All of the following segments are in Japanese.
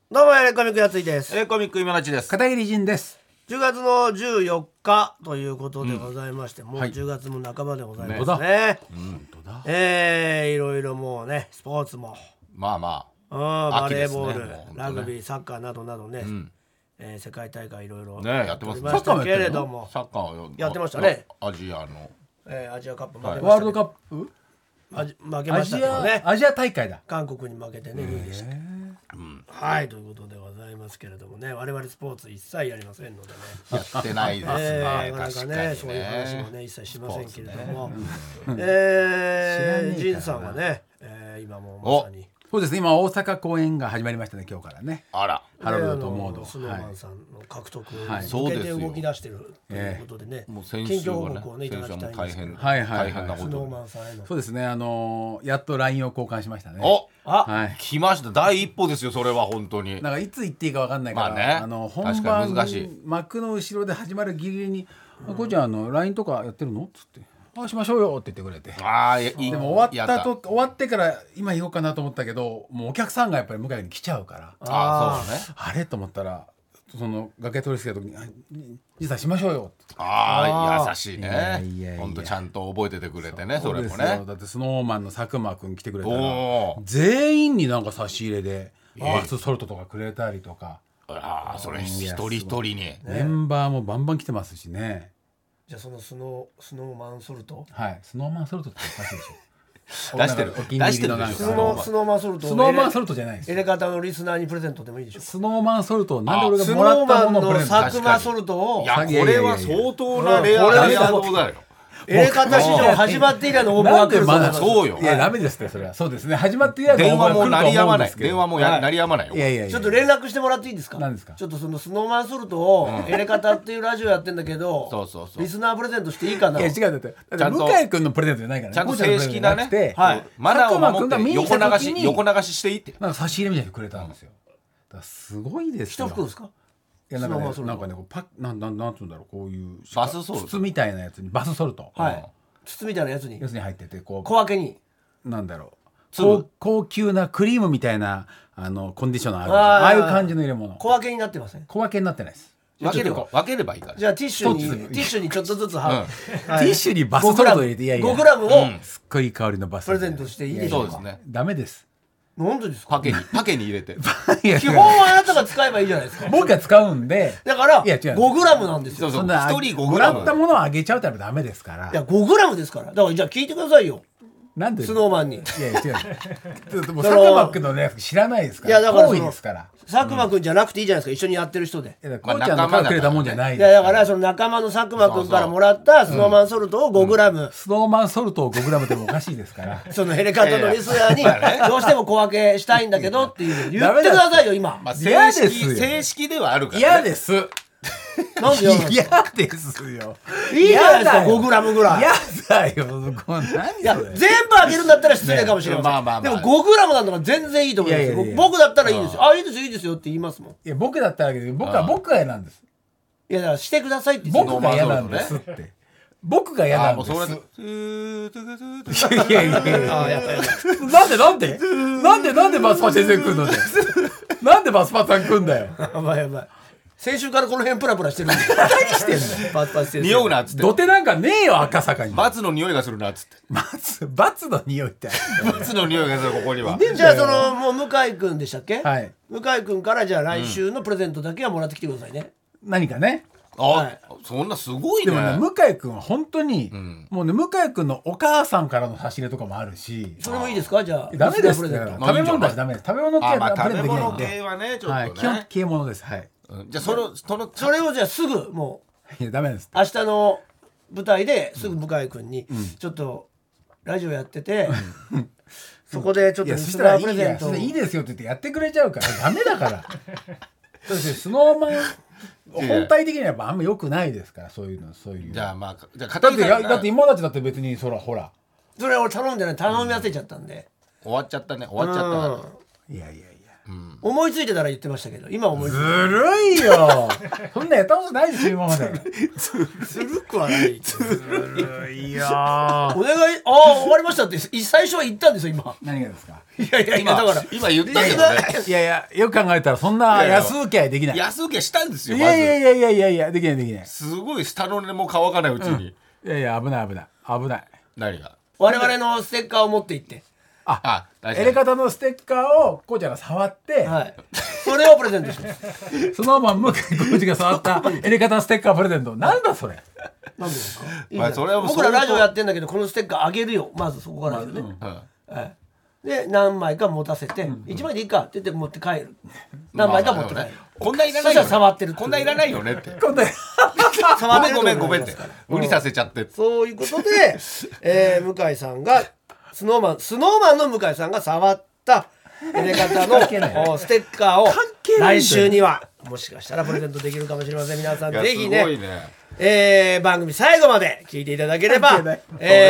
どうもエレコミックやついです。 コミック今立ちです。 片桐仁です。 10月の14日ということでございまして、もう10月も半ばでございますね。いろいろもうね、スポーツもまあバレーボール、 ね、 ラグビー、サッカーなどなどね、世界大会いろいろやってますね。 ましたけれども、 サッカーやってましたね。 アジアの、 アジアカップ負けました、 ワールドカップ負けましたけどね。 アジア大会だ。 韓国に負けてね、2位でした。はいということでございますけれどもね、我々スポーツ一切やりませんのでね、 やってないですね。 なかなかね、そういう話もね一切しませんけれども、仁さんはね、今もまさにそうですね、今大阪公演が始まりましたね、今日からね。 あら、 ハロルドとモード、 スノーマンさんの獲得にはい向けて動き出してるということでね、 もう先近週はね、 況報告をねいただきたいんですけど、 大変なこスノーと。 マンさんへのそうですね、やっと LINE を交換しましたね。 あ、 来ました。第一歩ですよ、それは本当に。 なんかいつ言っていいか分かんないから、本確か番に難しい。 幕の後ろで始まるギリギリに「こうちゃんLINE とかやってるの?」っつって「しましょうよ」って言ってくれて。でも終わってから今言おうかなと思ったけど、もうお客さんがやっぱり向かいに来ちゃうから、 そうね。 あれと思ったら、その崖通り過ぎた時に「実はしましょうよ」って。 優しいね。 いや本当ちゃんと覚えててくれてね、それもそうですよ。 ね。 だってスノーマンの佐久間くん来てくれたら全員になんか差し入れでバスソルトとかくれたりとか、 それ一人一人にメンバーもバンバン来てますしね。 じゃあそのスノーマンソルト、 はいスノーマンソルトっておかしいでしょ。 出してるお気に入りのなんかスノーマンソルト、 スノーマンソルトじゃないです。 エレカタのリスナーにプレゼントでもいいでしょ。 スノーマンソルトをなんで俺がもらったものをプレゼント。 スノーマンの佐久間ソルトを、 いや、これは相当なレア度だよ。 エレカタ史上始まって以来の応募が来る。 そうよ。 いやダメですって、それは。そうですね、始まって以来の電話も鳴りやまない。 電電話も鳴りやまないよ。 ちょっと連絡してもらっていいですか。 何ですか。 ちょっとそのスノーマンソルトをエレカタっていうラジオやってんだけど、リスナープレゼントしていいかな。 いや違う、だって向井君のプレゼントじゃないからね。 ちゃんと正式なね、マナーを守って横流ししていいって。 なんか差し入れみたいにくれたんですよ。だからすごいですよ。 一袋ですか。 いやなんかね、こうなんていうんだろう、こういうバスソルト筒みたいなやつにバスソルト、 筒みたいなやつに入ってて、こう小分けになんだろう、高級なクリームみたいなコンディショナーあいう感じの入れ物。 小分けになってません。 小分けになってないです。 分ければいいから。 じゃあティッシュにちょっとずつティッシュにバスソルト入れて、いやいや 5グラムをすっごい香りのバスプレゼントしていいでしょうか。 そうですね。 ダメです。 なんでですか。 パケに入れて。 基本はあなたが使えばいいじゃないですか。 僕が使うんで。 だから5グラムなんですよ。 そんな 1人5 もグラム。 らったものをあげちゃうとダメですから。 いや5グラムですから。だからじゃあ聞いてくださいよ。 なんでスノーマンに。いや違う。佐久間君のね知らないですから。 いやだから多いですから。 佐久間君じゃなくていいじゃないですか。一緒にやってる人で。 こうちゃんのからくれたもんじゃないです。いやだからその仲間の佐久間君からもらったスノーマンソルトを5グラム。 スノーマンソルトを5グラムでもおかしいですから。 そのヘレカタのリスナーにどうしても小分けしたいんだけどっていう言ってくださいよ今。 正式ではあるから。 嫌です。 なんで嫌ですよ。 いいじゃないですか5グラムぐらい。 嫌だよ。 いや全部あげるんだったら失礼かもしれません。でも5グラムなんだから全然いいと思いますよ。僕だったらいいですよ。いいですよいいですよって言いますもん。 いや僕だったら僕が嫌なんです。 いやだからしてくださいって。 僕が嫌なんですって。僕が嫌なんです。いやいやなんでバスパ先生来んの。なんでバスパさん来んだよ。 やばいやばい。先週からこの辺プラプラしてるんで。 何してんの。 バツバツ先生。 匂うなっつって。 土手なんかねえよ赤坂に。 バツの匂いがするなっつって。 バツの匂いって。 バツの匂いがするここには。 じゃあそのもう向井くんでしたっけ。 はい。 向井くんからじゃあ来週のプレゼントだけはもらってきてくださいね。 何かね。 そんなすごいね。 でもね向井くんは本当にもうね向井くんのお母さんからの差し入れとかもあるし。 それもいいですかじゃあ。 ダメです。食べ物だしダメです。食べ物系はプレゼントできないんで。 食べ物系はねちょっとね。 基本系物です。はい。 じゃあそれをじゃあすぐもう。いやダメです。 明日の舞台ですぐ向井くんにちょっとラジオやってて。そこでちょっとリスナープレゼントいいですよって言ってやってくれちゃうからダメだから。スノーマン本体的にはやっぱあんま良くないですからそういう。 じゃあだって今たちだって別にほら。 それ俺頼んでない頼み忘れちゃったんで。 終わっちゃったね。いや。 思いついてたら言ってましたけど、今思いついてずるいよ。そんなやったことないですよ今まで。 ずるくはない。 ずるいよ。 お願い、終わりましたって最初は言ったんですよ今。 何がですか。 いやだから今言ったけどね。 いやよく考えたらそんな安請け合いできない。 安請けしたんですよ。 いやできない。 すごい下の根も乾かないうちに。 いや危ない。 何が。 我々のステッカーを持って行って。 エレカタのステッカーをこうちゃんが触って、 それをプレゼントします。 そのまま向井浩二が触ったエレカタのステッカープレゼント。なんだそれ。 なんでですか。 僕らラジオやってんだけどこのステッカーあげるよ。まずそこからですね。で何枚か持たせて1枚でいいかって言って持って帰る。何枚か持って帰る。 こんないらないよ。 触ってる。 こんないらないよねって。 こんなごめんって無理させちゃって。 そういうことで向井さんがスノーマンの向井さんが触ったエレカタのステッカーを来週にはもしかしたらプレゼントできるかもしれません。皆さんぜひね番組最後まで聞いていただければ明日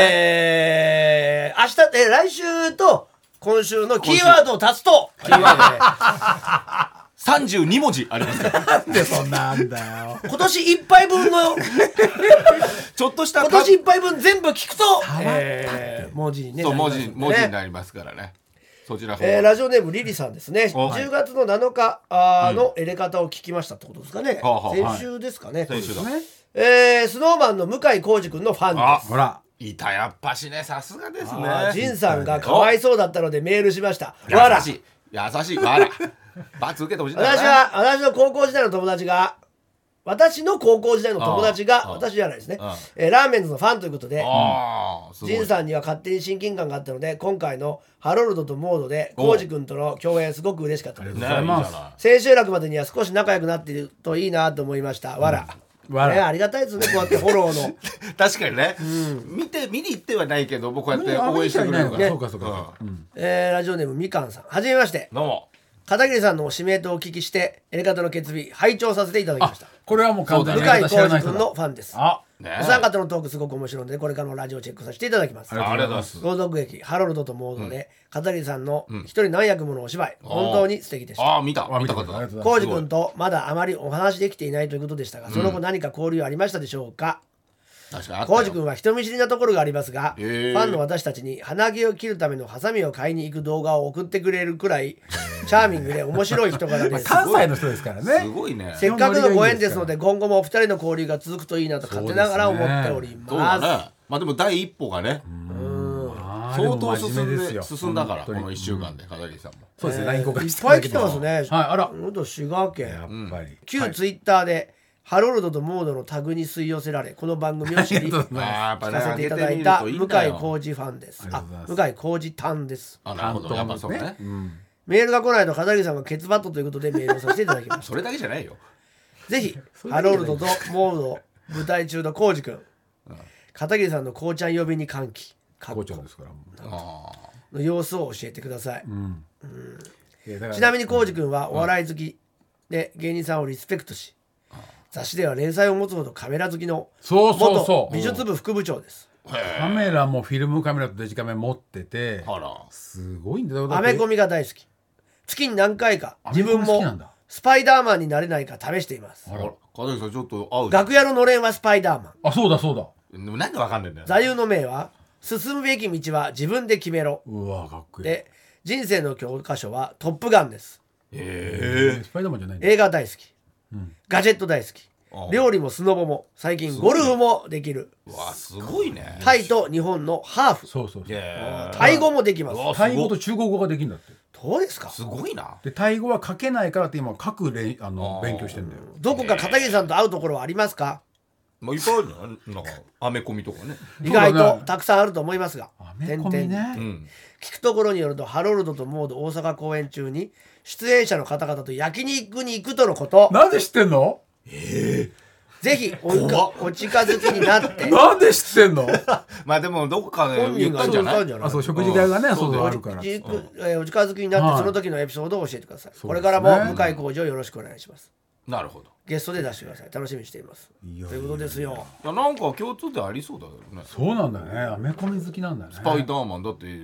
来週と今週のキーワードを足すとキーワードで 32文字あります。 なんでそんなんだよ。 今年いっぱい分のちょっとした今年いっぱい分全部聞くと文字にね文字になりますからね。そちらラジオネームリリさんですね。10月の7日のエレカタを聞きましたってことですかね。先週ですかね。 先週だ。 スノーマンの向井浩二君のファンです。 ほらいたやっぱしね、さすがですね。 仁さんがかわいそうだったのでメールしました。 優しいわら。罰受けてほしいんだよね。 私の高校時代の友達が私じゃないですね、ラーメンズのファンということで仁さんには勝手に親近感があったので今回のハロルドとモードで浩二君との共演すごく嬉しかったです。千秋楽までには少し仲良くなっているといいなと思いました。わら。ありがたいですね、こうやってフォローの確かにね、見に行ってはないけど僕こうやって応援してくれるから。 そうか、 ラジオネームみかんさん、はじめまして。 どうも。 片桐さんの指名とお聞きしてエレカタの決意拝聴させていただきました。 これはもう完全に向井浩二君のファンです。 ね、 お三方のトークすごく面白いのでこれからのラジオチェックさせていただきます。 ありがとうございます。 朗読劇ハロルドとモードで、片桐さんの一人何役ものお芝居、本当に素敵でした。 見たこと浩二君とまだあまりお話できていないということでしたが、その後何か交流ありましたでしょうか。浩二君は人見知りなところがありますが、ファンの私たちに鼻毛を切るためのハサミを買いに行く動画を送ってくれるくらいチャーミングで面白い人柄です。 関西の人ですからね。 すごいね。 せっかくのご縁ですので今後もお二人の交流が続くといいなと勝手ながら思っております。 そうだね。まあでも第一歩がね相当進んだからこの1週間で片桐さんも。 そうですね。LINE 交換いっぱい来てますね。 はい、あら。 滋賀県やっぱり。 旧ツイッターでハロルドとモードのタグに吸い寄せられこの番組を知り聞かせていただいた向井浩二ファンです。向井浩二タンです。 なるほど。やっぱそうね。 メールが来ないと片桐さんがケツバットということでメールをさせていただきました。 それだけじゃないよ。 ぜひハロルドとモード舞台中の浩二君、片桐さんのこうちゃん呼びに歓喜こうちゃんですからの様子を教えてください。ちなみに浩二君はお笑い好きで芸人さんをリスペクトし雑誌では連載を持つほどカメラ好きの元美術部副部長です。 カメラもフィルムカメラとデジカメ持っててすごいんだよ。 アメコミが大好き。月に何回か自分もスパイダーマンになれないか試しています。 片桐さんちょっと会う。 楽屋ののれんはスパイダーマン。 あ、そうだなんでわかんないんだよ。 座右の銘は進むべき道は自分で決めろ。 うわかっこいい。 で人生の教科書はトップガンです。 スパイダーマンじゃないんだ。 映画大好き、ガジェット大好き、料理もスノボも最近ゴルフもできる。 わすごいね。 タイと日本のハーフ。 そうタイ語もできます。 タイ語と中国語ができるんだって。 どうですか。 すごいな。 でタイ語は書けないからって今書く勉強してんだよ。 どこか片桐さんと会うところはありますか。 いっぱいあるね。なんかアメコミとかね。 意外とたくさんあると思いますが。 アメコミね。 聞くところによるとハロルドとモード大阪公演中に出演者の方々と焼肉に行くとのこと。 なんで知ってんの。 ぜひお近づきになってなんで知ってんの。 まあでもどこかで言ったんじゃない。 あ、そう食事会がね、そうあるから。 お近づきになってその時のエピソードを教えてください。これからも向井浩二をよろしくお願いします。 なるほど。 ゲストで出してください。楽しみにしています。ということですよ。 なんか共通点ありそうだよね。 そうなんだね。アメコミ好きなんだね。 スパイダーマンだって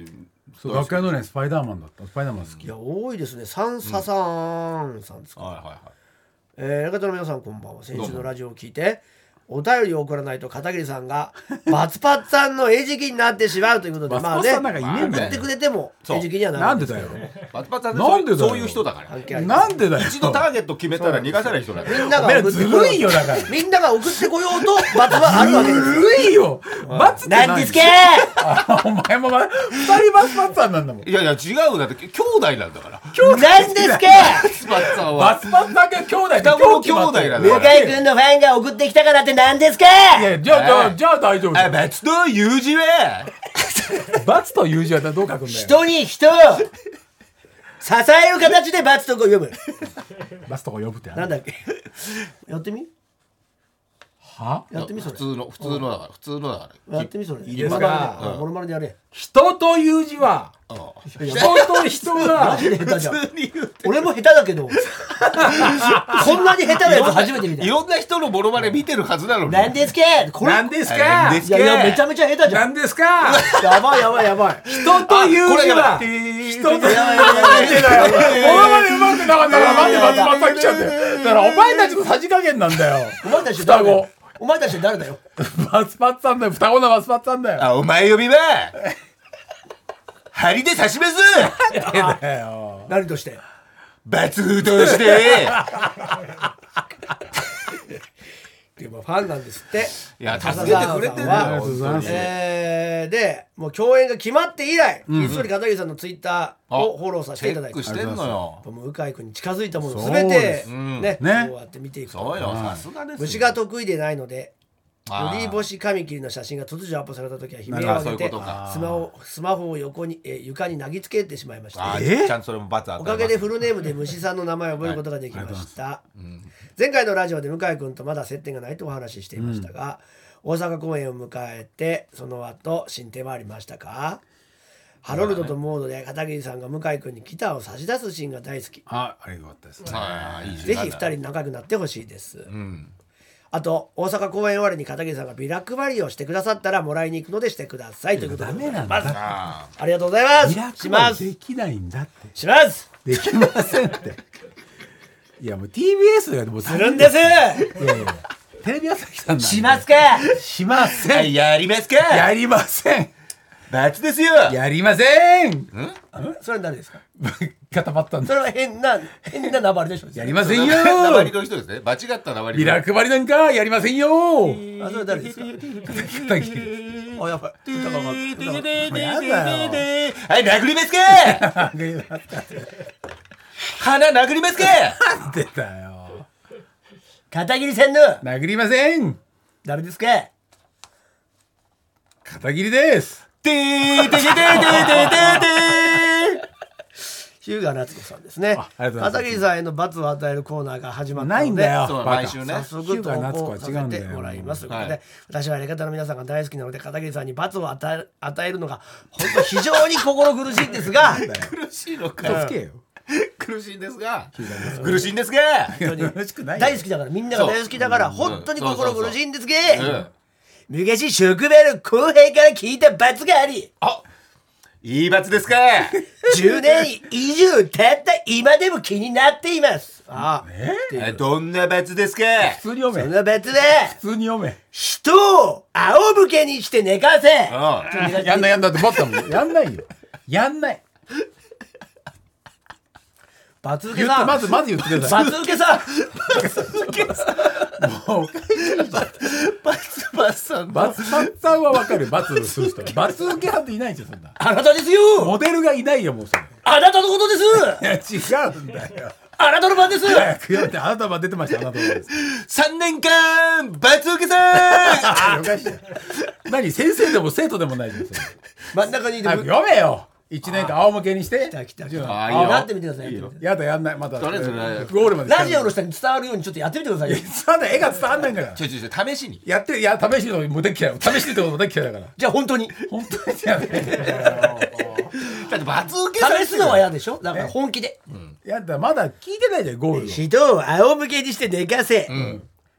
そう学会のねスパイダーマンだった。スパイダーマン好き。 いや多いですね。サンササンさんですか。 はいはいはい。 中田の皆さんこんばんは。先週のラジオを聞いてお便りを送らないと片桐さんがバツパッツさんの餌食になってしまうということでまあね送ってくれても餌食にはなるんですけどね。 バツパッツさんってそういう人だから。 なんでだよ。 一度ターゲット決めたら逃がさない人だから。 みんなが送ってこよう。ずるいよだから。みんなが送ってこようとバツはあるわけです。 ずるいよ。バツって何ですか。 お前も2人バツパッツさんなんだもん。 いやいや違うだって兄弟なんだから。 何ですか。 バツパッツさんは。 バツパッツさんが兄弟。 双子兄弟なんだ。 向井君のファンが送ってきたからって何ですか。 いやじゃあ大丈夫。 バツと友字はバツと友字はどう書くんだよ。 人に人を支える形でバツとこ読む。 バツとこ呼ぶってなんだっけ。やってみ。 は？ やってみそれ。 普通のだから普通のだから。 やってみそれ。 いいですか。 モノマネでやれ。 人という字は人と人が下手じゃん。俺も下手だけどこんなに下手なやつ初めて見た。 いろんな人のモノマネ見てるはずなのに。 何ですか。 何ですか。 いやめちゃめちゃ下手じゃん。 何ですか。 やばいやばいやばい。 人という字は人という字だよ。モノマネうまくなかったからなんでバツバツさん来ちゃって。だからお前たちのさじ加減なんだよ。 お前たち双子。お前たち誰だよ。 バツパッツさんだよ。双子のバツパッツさんだよ。 あお前呼びは針で刺します何としてバツ風としてでもファンなんですって。 いや助けてくれてるよ。 でもう共演が決まって以来ひっそり片桐さんのツイッターをフォローさせていただいて、 チェックしてんのよ。 向井君に近づいたもの全てねこうやって見ていくと。 そうよさすがです。 虫が得意でないのでオリボシカミキリの写真が突如アップされた時は悲鳴を上げてスマホを横に床に投げつけてしまいました。 ちゃんとそれもバツあった。 おかげでフルネームで虫さんの名前を覚えることができました。前回のラジオで向井君とまだ接点がないとお話ししていましたが、大阪公演を迎えてその後進展はありましたか。ハロルドとモードで片桐さんが向井君にギターを差し出すシーンが大好き。 ありがたいですね。 ぜひ2人仲良くなってほしいです。あと大阪公演終わりに片桐さんがビラ配りをしてくださったらもらいに行くのでしてくださいということで。ダメなんだ。ありがとうございます。 ビラ配りできないんだって。 します。 できませんって。いやもう TBS がもうするんです。いやテレビ朝日さんなんで。 しますか。 しません。 やりますか。 やりません。 バツですよ。 やりません。 それは誰ですか。 固まったんだ。 それは変な名張りでしょ。 やりませんよ。 名張りの人ですね。間違った名張り。 ビラ配りなんかやりませんよ。 あそれ誰ですか。 片桐。 あやばい。歌がやだよ。 はい殴りますか。鼻殴りますか。 なんでだよ。 片桐さんの殴りません。 誰ですか。 片桐です。 日向夏子さんですね。片桐さんへの罰を与えるコーナーが始まったので、 ないんだよ。 毎週ね。 早速投稿させてもらいますので、私はやり方の皆さんが大好きなので片桐さんに罰を与えるのが本当非常に心苦しいんですが、 苦しいのか。苦しいんですが、 苦しいんですが、大好きだからみんなが大好きだから本当に心苦しいんですが、昔職場の後輩から聞いた罰があり。 いい罰ですか。 10年以上経った今でも気になっています。 どんな罰ですか。 普通に読め。 その罰は普通に読め。 人を仰向けにして寝かせ。 やんないってバッタもやんないよ。やんない。 罰受けさん、 まず言ってください。 罰受けさん、 もう罰さんはわかる。罰する人。罰受けなんていないんですよそんな。 あなたですよ。 モデルがいないよもうそれ。 あなたのことです。 いや違うんだよ。 あなたの番です。 早く読んで。あなたの番出てました。あなたの番です。 3年間罰受けさん。 おかしい。何先生でも生徒でもないですよ。 真ん中にいて読めよ。1年間仰向けにして。 来た。やってみてください。 やだやんない。まだゴールまで。 ラジオの人に伝わるようにちょっとやってみてくださいよ。 絵が伝わんないんだから。 試しにやって。いや試しのもできない。試してってこともできないから。 じゃあ本当にやめて。 だって罰受け試すのは嫌でしょ。だから本気で。 やだまだ聞いてないじゃんゴール。 人を仰向けにして寝かせ。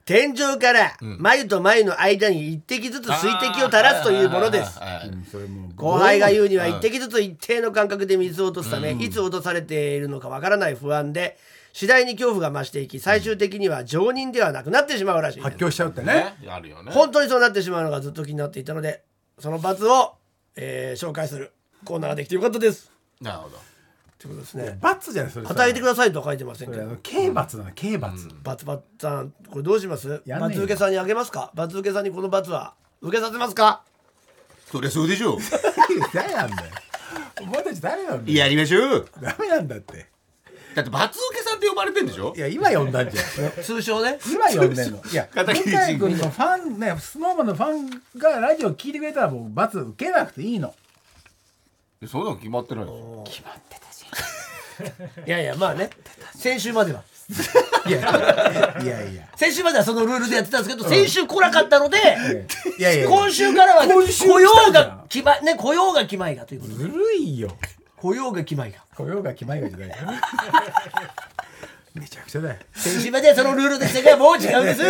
天井から眉と眉の間に一滴ずつ水滴を垂らすというものです。後輩が言うには一滴ずつ一定の間隔で水を落とすため、いつ落とされているのかわからない不安で次第に恐怖が増していき、最終的には常人ではなくなってしまうらしい。 発狂しちゃうってね。 あるよね。 本当にそうなってしまうのがずっと気になっていたので、その罰を、紹介するコーナーができてよかったです。 なるほど。 ってことですね。 罰じゃない、それ働いてくださいとは書いてませんけど、 刑罰なの、刑罰。 罰さん、これどうします？罰受けさんにあげますか？罰受けさんにこの罰は受けさせますか？ そりゃそうでしょう。 誰なんだよ、お前たち誰なんだよ。 やりましょう。 ダメなんだって。 だって罰受けさんって呼ばれてんでしょ。 いや今呼んだんじゃん。 通称ね。 今呼んでんの。いや向井君のファンね、スノーマンのファンがラジオ聞いてくれたらもう罰受けなくていいの。 そんなの決まってないでしょ。 決まってたし。 いやいや、まあね、先週までは。 いや先週まではそのルールでやってたんですけど、先週来なかったので、 いや今週からは来ようが来まいがということで。 ずるいよ。 来ようが来まいが。 来ようが来まいがじゃない。めちゃくちゃだよ。 先週まではそのルールでしたが、もう違うんです。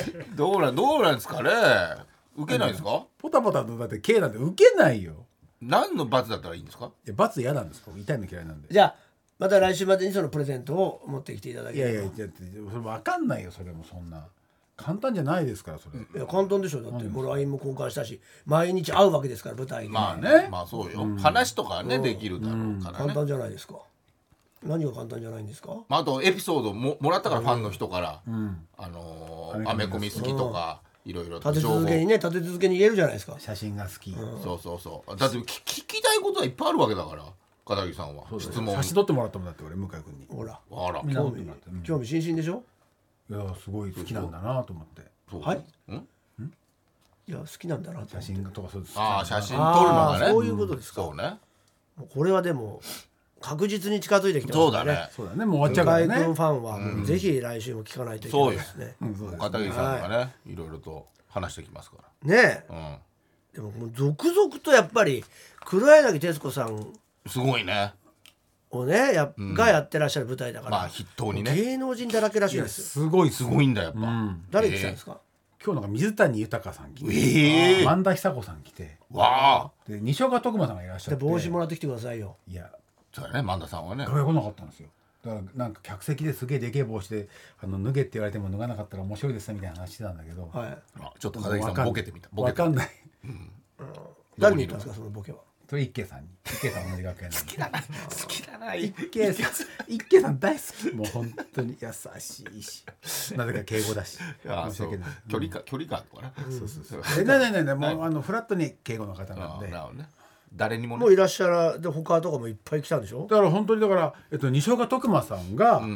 どうなんですかね。受けないですか？ ポタポタとだって刑なんて受けないよ。 何の罰だったらいいんですか？ いや罰嫌なんですか？痛いの嫌いなんで。 じゃあまた来週までにそのプレゼントを持ってきていただければ。 いやそれ分かんないよ。それもそんな簡単じゃないですから。それいや簡単でしょ。だってもう LINE も交換したし、毎日会うわけですから、舞台に。 まあね、まあそうよ、話とかね、できるだろうからね。 簡単じゃないですか。何が簡単じゃないんですか？ あとエピソードもらったから、ファンの人からアメコミ好きとかいろいろ立て続けに言えるじゃないですか。 写真が好き。 そうだって聞きたいことはいっぱいあるわけだから、片桐さんは。質問写真撮ってもらったもんだって、俺向井君に。 ほら興味津々でしょ。 いやすごい好きなんだなと思って。 はい。いや好きなんだな。 写真とかそうです。 写真撮るのがね。 そういうことですか。 そうね。 これはでも確実に近づいてきてますね。 そうだね。もう終わっちゃうからね。 向井君ファンはぜひ来週も聞かないといけないですね。 片桐さんがね、いろいろと話してきますからね。でももう続々とやっぱり黒柳徹子さんすごいねをねがやってらっしゃる舞台だから、 筆頭にね芸能人だらけらしいです。 すごいんだやっぱ。 誰来たんですか？ 今日なんか水谷豊さん来て、萬田久子さん来て、で西岡徳馬さんがいらっしゃって、 帽子もらってきてくださいよ。 いやそうだね、萬田さんはね。 これ来なかったんですよ。だからなんか客席ですげえでけえ帽子で脱げって言われても脱がなかったら面白いですみたいな話してたんだけど、 ちょっと片桐さんボケてみた。 分かんない。 誰に言ったんですかそのボケは？ それ一慶さんに。一慶さん同じ学園なんで。 好きだな。 一慶さん大好き。もう本当に優しいし、なぜか敬語だし。申し訳ない。 距離感とかね。 そうねもうフラットに敬語の方なんで。 誰にももういらっしゃらで他とかもいっぱい来たんでしょ。 だから本当に西岡徳馬さんが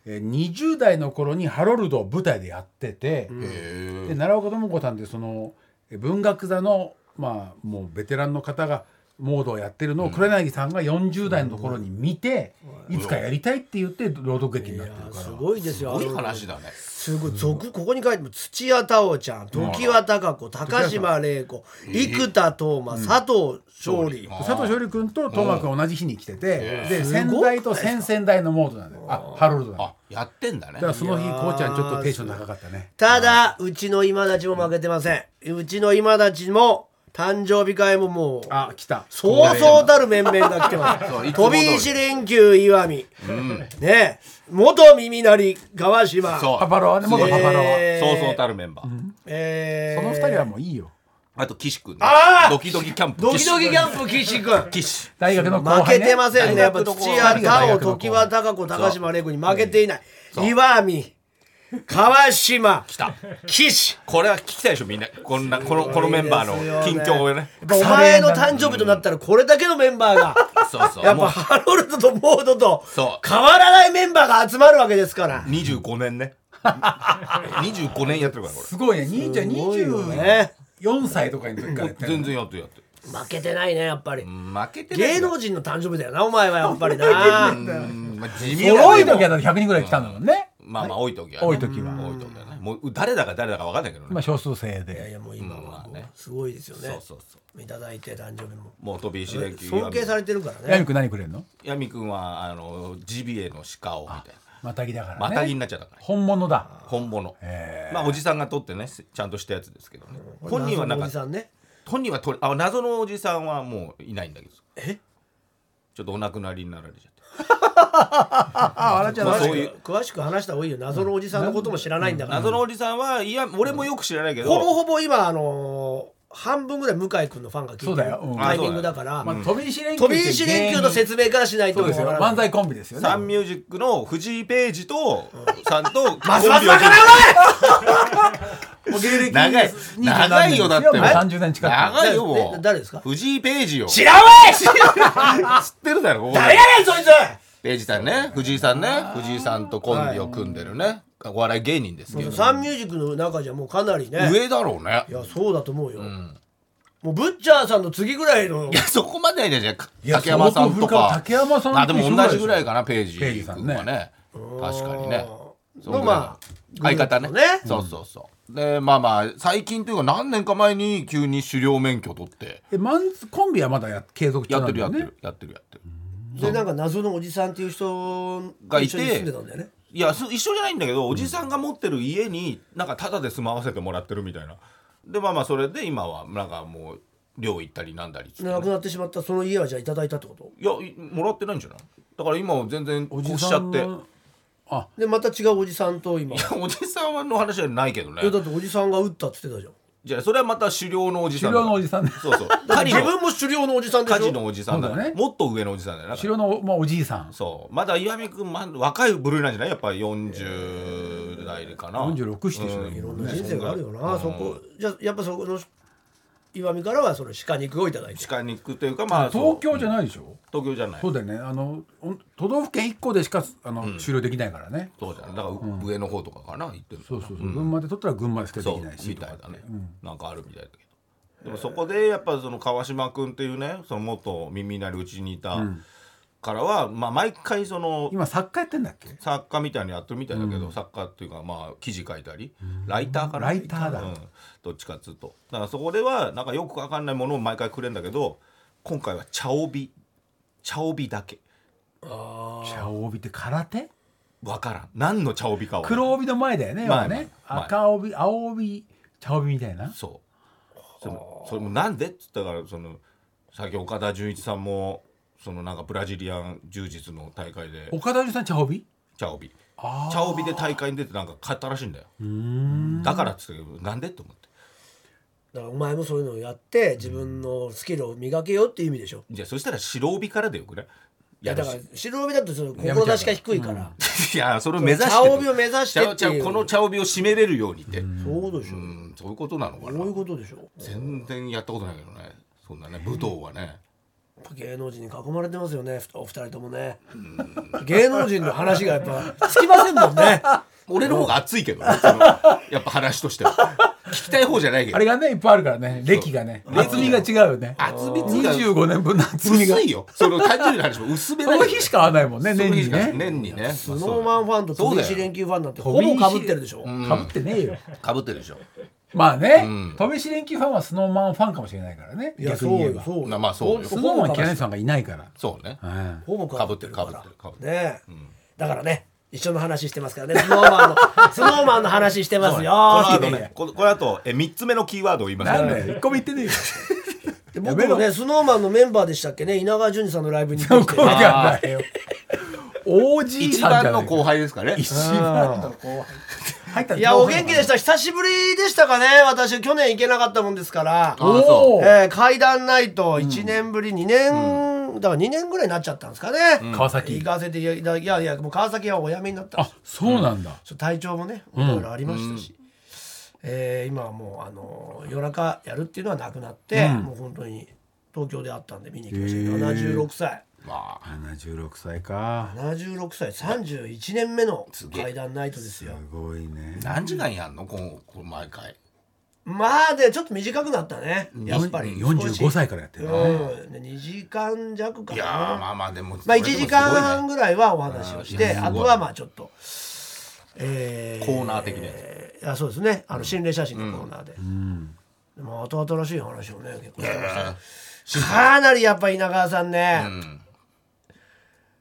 20代の頃にハロルドを舞台でやってて、で奈良岡智子さんってその文学座のもうベテランの方がモードをやってるのを黒柳さんが40代のところに見て、いつかやりたいって言って朗読劇になってるから。 すごいですよ。 すごい話だね。 すごいここに書いても土屋太鳳ちゃん、常盤貴子、高島玲子、生田斗真、佐藤勝利君と斗真君同じ日に来てて、で先代と先々代のモードなんだよ。ハロルドだ。 やってんだね。 だからその日こうちゃんちょっとテンション高かったね。 ただうちの今立ちも負けてません。うちの今立ちも誕生日会ももう来た。 そうそうたる面々が来てます。飛び石連休岩見、ね、元耳鳴り川島、 パパロはね、元パパロはそうそうたるメンバー。 その二人はもういいよ。 あと岸君、ドキドキキャンプ岸君、 大学の後輩ね。 負けてませんね。やっぱ土屋太鳳、常盤貴子、高島玲子に負けていない。岩見、川島、岸、 これは聞きたいでしょみんな。このメンバーの近況をね。 お前の誕生日となったらこれだけのメンバーがやっぱハロルドとモードと変わらないメンバーが集まるわけですから。 25年ね。25年やってるからこれ。 すごいね。24歳とかに時から全然やってる。 負けてないねやっぱり。 負けてない。 芸能人の誕生日だよなお前はやっぱりな。 地味な。多い時は100人ぐらい来たんだもんね。 多い時はね。もう誰だか分かんないけどね。 少数制で。 いやもう今はすごいですよね。いただいて誕生日も。 もう飛び石連休。 尊敬されてるからね。 ヤミ君何くれんの？ ヤミ君はジビエの鹿をみたいな。 またぎだからね。 またぎになっちゃったから本物だ。 本物。まあおじさんが撮ってねちゃんとしたやつですけどね。本人はなんか本人は謎のおじさんはもういないんだけど、ちょっとお亡くなりになられちゃって詳しく話した方がいいよ。謎のおじさんのことも知らないんだから。 謎のおじさんはいや俺もよく知らないけど、 ほぼほぼ今半分ぐらい向井君のファンが聞いてるタイミングだから、 飛び石連休の説明からしないと。 漫才コンビですよね。 サンミュージックの藤井ページとさんとますますだからお前長いよだって 30年近く長いよもう。 誰ですか？ 藤井ページよ。 知らんわい知ってるだろ。 誰やねんそいつ。 ページさんね、藤井さんね、藤井さんとコンビを組んでるね、お笑い芸人ですけど、 サンミュージックの中じゃもうかなりね上だろうね。 いやそうだと思うよ、もうブッチャーさんの次ぐらいの。 いやそこまでじゃ竹山さんとか。 竹山さんでも同じぐらいかな、ページさんはね。確かにね。 まあ相方ね。そうそうそう。でまあ最近というか何年か前に急に狩猟免許取って。 コンビはまだ継続中なんだよね。 やってる。 でなんか謎のおじさんっていう人が一緒に住んでたんだよね。 いや一緒じゃないんだけど、おじさんが持ってる家になんかタダで住まわせてもらってるみたいな。でまあそれで今はなんかもう寮行ったりなんだり、 亡くなってしまったその家はじゃあいただいたってこと？ いやもらってないんじゃない？だから今は全然越しちゃって。 でまた違うおじさんと今。 いやおじさんの話はないけどね。 だっておじさんが撃ったって言ってたじゃん。 じゃあそれはまた狩猟のおじさん。 狩猟のおじさんね。 そうそう。 自分も狩猟のおじさんでしょ。 火事のおじさんだね。もっと上のおじさんだよね。 狩猟のおじいさん。 そうまだ岩見君若い部類なんじゃない？やっぱり40代かな。 46、7 いろんな人生があるよな。そこじゃあやっぱそこの岩見からはその鹿肉をいただいて。 鹿肉というかまあ東京じゃないでしょ。 東京じゃない。 そうだよね。都道府県1個でしか狩猟できないからね。 そうだね。だから上の方とかかな行ってる。 そう群馬で取ったら群馬でしかできないしみたいだね。なんかあるみたいだけど。でもそこでやっぱその川島君っていうね、その元耳鳴りうちにいたからはまあ毎回その今作家やってんだっけ？ 作家みたいにやってるみたいだけど、作家っていうかまあ記事書いたりライターかな。 ライターだ。 どっちかっつうとだからそこではなんかよくわかんないものを毎回くれるんだけど、今回は茶帯だけ。 茶帯って空手？ わからん。何の茶帯かは。 黒帯の前だよね。赤帯、青帯、茶帯みたいな。 そう。それもなんでっつったからさっき岡田准一さんもなんかブラジリアン柔術の大会で。 岡田准一さん茶帯？ 茶帯で大会に出てなんか勝ったらしいんだよ。だからっつったけどなんでって思って。 だからお前もそういうのをやって自分のスキルを磨けよっていう意味でしょ。 じゃあそしたら白帯からでよくね。 いやだから白帯だと志が低いから。 いやそれを目指して。 茶帯を目指してっていう。 この茶帯を締めれるようにって。 そうでしょ。 そういうことなのかな。 そういうことでしょ。 全然やったことないけどね。そんなね武道はね。 芸能人に囲まれてますよねお二人ともね。芸能人の話がやっぱつきませんもんね。 俺の方が熱いけどね。やっぱ話としては聞きたい方じゃないけど。 あれがねいっぱいあるからね。歴がね厚みが違うよね。 厚み 25年分の厚みが薄いよ。その単純な話も薄めない。 その日しか合わないもんね。年にね。 スノーマンファンと飛び石連休ファンなんてほぼ被ってるでしょ。 被ってねえよ。 被ってるでしょ。 まあね、飛び石連休ファンはスノーマンファンかもしれないからね。逆に言えば。 まあそうよ。 スノーマン嫌いな人がいないから。 そうね。 ほぼ被ってるから。 ね。 だからね。一緒の話してますからね。スノーマンの話してますよ。 この後3つ目のキーワードを言いますからね。1個も言ってねえよ。 僕もねスノーマンのメンバーでしたっけね。稲川淳二さんのライブに行ってきて。OG 一番の後輩ですかね。 一番の後輩。 いやお元気でした。久しぶりでしたかね。私去年行けなかったもんですから。怪談ナイト1年ぶり2年だから2年ぐらいになっちゃったんですかね。 川崎行かせていやもう川崎はお辞めになったんです。 そうなんだ。 体調もねいろいろありましたし、今はもう夜中やるっていうのはなくなって、もう本当に東京であったんで見に行きましたけど、76歳。 まあ76歳か。 76歳31年目の怪談ナイトですよ。 すごいね。 何時間やんのこの毎回。 まあでちょっと短くなったね。やっぱり 45歳からやってるね。 2時間弱かな。 いやまあでも 1時間半ぐらいはお話をして、あとはまあちょっとコーナー的で、そうですね。心霊写真のコーナーで。でも後々らしい話をね結構してました。かなりやっぱ稲川さんね。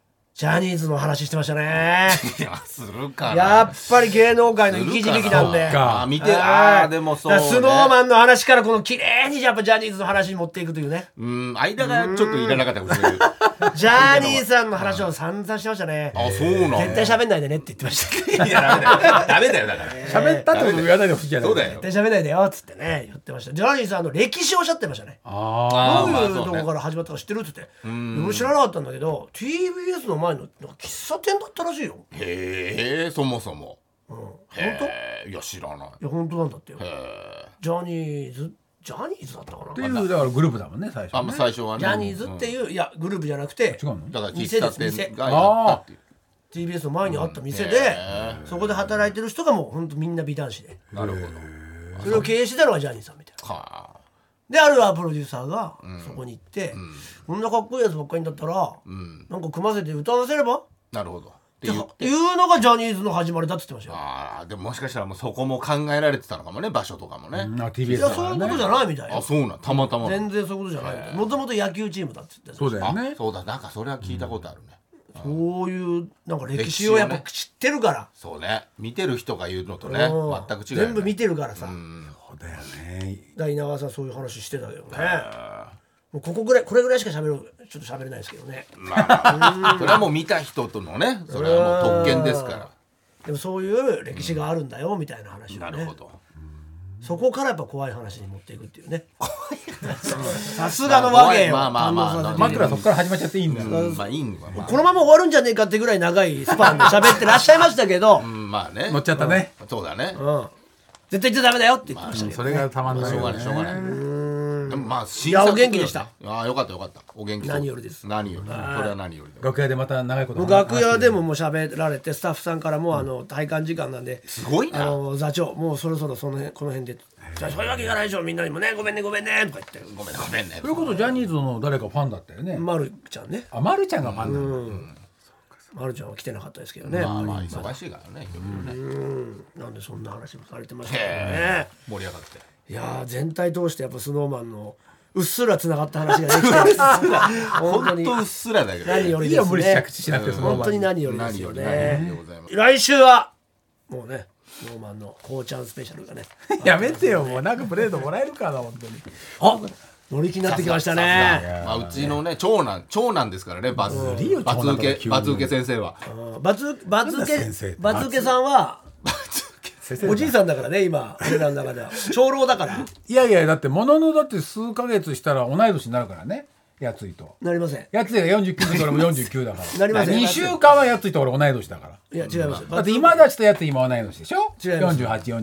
ジャニーズの話してましたね。 いやするかな。 やっぱり芸能界の生き字引なんで。 見てでもそう、ね、 スノーマンの話からこの綺麗にやっぱジャニーズの話に持っていくというね。 間がちょっといらなかったかもしれない。 ジャニーさんの話を散々してましたね。 あ、そうなの。 絶対喋んないでねって言ってました。 いやダメだよだから。 喋ったってこと言わないでほしいじゃない。 そうだよ。 絶対喋んないでよっつってね言ってました。ジャニーさんの歴史をおっしゃってましたね。どういうとこから始まったか知ってるって言って。俺知らなかったんだけど TBS の前の喫茶店だったらしいよ。 へえ、そもそも。 本当？いや知らない。 いや本当なんだってよ。ジャニーズだったかな。 っていうだからグループだもんね最初ね。 最初はね。 ジャニーズっていういやグループじゃなくて違うの？ だから店です。 店があったっていう。 TBS の前にあった店でそこで働いてる人がもう本当みんな美男子で。 なるほど。 それを経営してたのがジャニーさんみたいな。であるプロデューサーがそこに行ってこんなかっこいいやつばっかりだったらなんか組ませて歌わせれば。 なるほど。 っていうのがジャニーズの始まりだって言ってましたよ。 でももしかしたらもうそこも考えられてたのかもね、場所とかもね。 いやそういうことじゃないみたいな。 そうなん、たまたま全然そういうことじゃないみたいな。もともと野球チームだって言ってた。 そうだよね。 そうだ、なんかそれは聞いたことあるね。 そういうなんか歴史をやっぱ知ってるから。 そうね、見てる人が言うのとね全く違う。 全部見てるからさ。 そうだよね。 稲川さんそういう話してたけどね。もうこれぐらいしかちょっと喋れないですけどね。 それはもう見た人とのね、それはもう特権ですから。 でもそういう歴史があるんだよみたいな話をね。 なるほど。 そこからやっぱ怖い話に持っていくっていうね。さすがの和芸を枕そこから始まっちゃっていいんだよ。 このまま終わるんじゃねえかってぐらい長いスパンで喋ってらっしゃいましたけど。 まあね。 乗っちゃったね。 そうだね。 絶対言っちゃダメだよって言ってましたけど。 それがたまんない。 しょうがないしょうがない。 いやお元気でした。 よかったよかった。お元気。 何よりです。 何より。それは何より。 楽屋でまた長いこと楽屋でももう喋られてスタッフさんからも体感時間なんで。 すごいな。 座長もうそろそろこの辺で。じゃあそういうわけいかないでしょみんなにもねごめんねとか言ってごめんね。 そういうことジャニーズの誰かファンだったよね。 まるちゃんね。 まるちゃんがファンなんだ。 まるちゃんは来てなかったですけどね。 まあ忙しいからね。 なんでそんな話もされてましたけどね。 盛り上がって。 いや全体通してやっぱスノーマンのうっすらつながった話ができて本当にうっすらだけど何よりですね。 着地しなくて本当に何よりですよね。来週はもうねスノーマンのこうちゃんスペシャルがね。 やめてよもうなんかプレートもらえるかな本当に。 乗り気になってきましたね。 うちのね長男ですからね。バツ受け先生は。 バツ受けさんはおじいさんだからね今俺らの中では長老だから。 いやだってもののだって数ヶ月したら同い年になるからね。やついとなりません。 やついが49で俺も49だからなりません。 2週間はやついと俺同い年だから。 いや違います。 だって今立ちとやつ今同い年でしょ。 違います。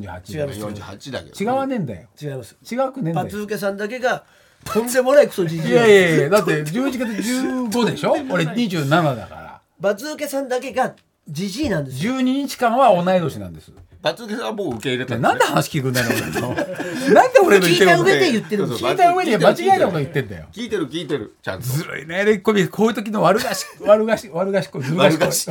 48だけど違わねえんだよ。 違います。 違くねえんだよ。 バツ受けさんだけがとんでもないクソじじい。 いやだって11月15でしょ俺27だから。 バツ受けさんだけがじじいなんですよ。 12日間は同い年なんです。 バツ受けさんはもう受け入れた。 なんで話聞くんだよ俺の。なんで俺の言ってるの。 聞いた上で言ってる。 聞いた上で間違いなこと言ってんだよ。 聞いてるちゃんと。 ずるいねこういう時の悪賢いずる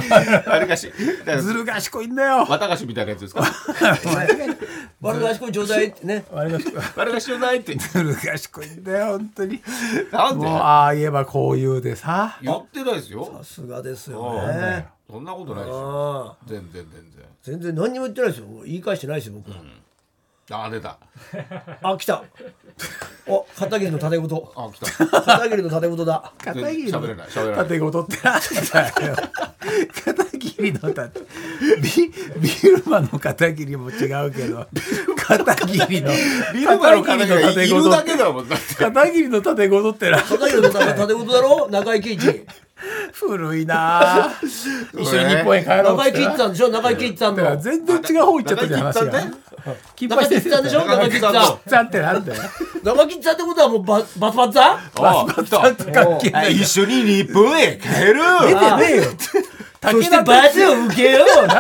賢いんだよ。 綿菓子みたいなやつですか。 悪賢いちょうだいってね。 悪賢いちょうだいってずる賢いんだよ本当に。 なんで。 もう言えばこう言うでさ。 言ってないですよ。 さすがですよね。 そんなことないですよ。全然何にも言ってないですよ。言い返してないですよ僕。 出た。 来た。片桐の縦言。 来た。 片桐の縦言だ。 片桐の縦言ってなんだよ。片桐の縦ビルマの片桐も違うけど片桐のビルマの片桐がいるだけだもん。 片桐の縦言ってな。 片桐の縦言だろ中井貴一。 古いな。一緒に日本へ帰ろう。 中井貴一さんでしょ。中井貴一さんの全然違う方行っちゃったじゃん話が。 金八先生さんでしょ。中井貴一さんってなんだよ。 中井貴一さんってことはもうバツバツさん。 一緒に日本へ帰る。 出てねえよ。 そしてバツを受けよう。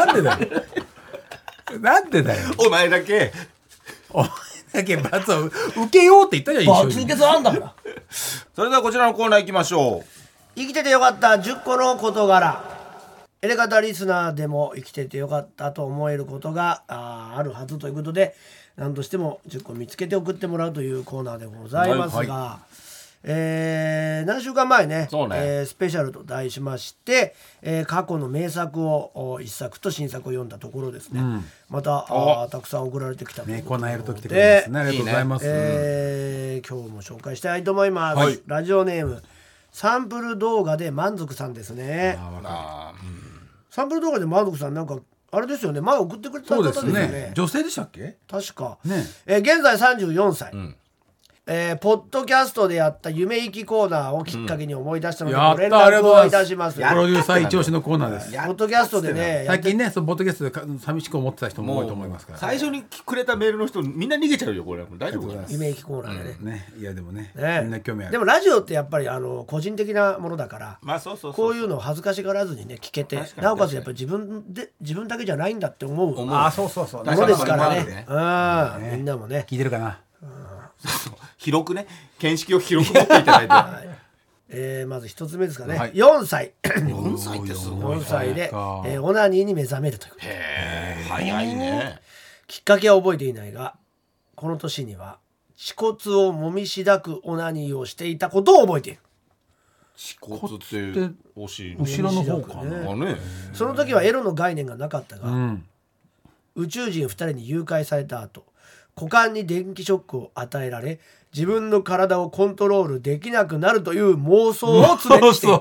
なんでだよ。 お前だけ罰を受けようって言ったじゃん。 罰受けさんだから。 それではこちらのコーナー行きましょう。 生きててよかった10個の事柄。エレガタリスナーでも生きててよかったと思えることがあるはずということで何としても10個見つけて送ってもらうというコーナーでございますが、 何週間前ねスペシャルと題しまして、過去の名作を一作と新作を読んだところですね、またたくさん送られてきたということで、 コーナーやると来てくれますね。ありがとうございます。 今日も紹介したいと思います、ラジオネームサンプル動画で満足さんですね。サンプル動画で満足さん、なんかあれですよね、前送ってくれた方ですよね。 女性でしたっけ確か、現在34歳、ポッドキャストでやった夢行きコーナーをきっかけに思い出したので、ご連絡をいたします。 プロデューサー一押しのコーナーです。 ポッドキャストでね、 最近ね、そのポッドキャストで寂しく思ってた人も多いと思いますから、 最初にくれたメールの人みんな逃げちゃうよ、これ。大丈夫かな。 夢行きコーナーでね、 いやでもね、みんな興味ある。 でもラジオってやっぱり個人的なものだから、 こういうのを恥ずかしがらずにね聞けて、なおかつやっぱり自分だけじゃないんだって思うものですからね。みんなもね聞いてるかな。 広くね、見識を広く持っていただいて、まず一つ目ですかね、4歳 4歳ってすごい。 4歳で、オナニーに目覚めるということで、 早いね。 きっかけは覚えていないが、この年には恥骨をもみしだくオナニーをしていたことを覚えている。 恥骨って後ろの方かな。 その時はエロの概念がなかったが、宇宙人2人に誘拐された後、股間に電気ショックを与えられ、自分の体をコントロールできなくなるという妄想を常にしていた。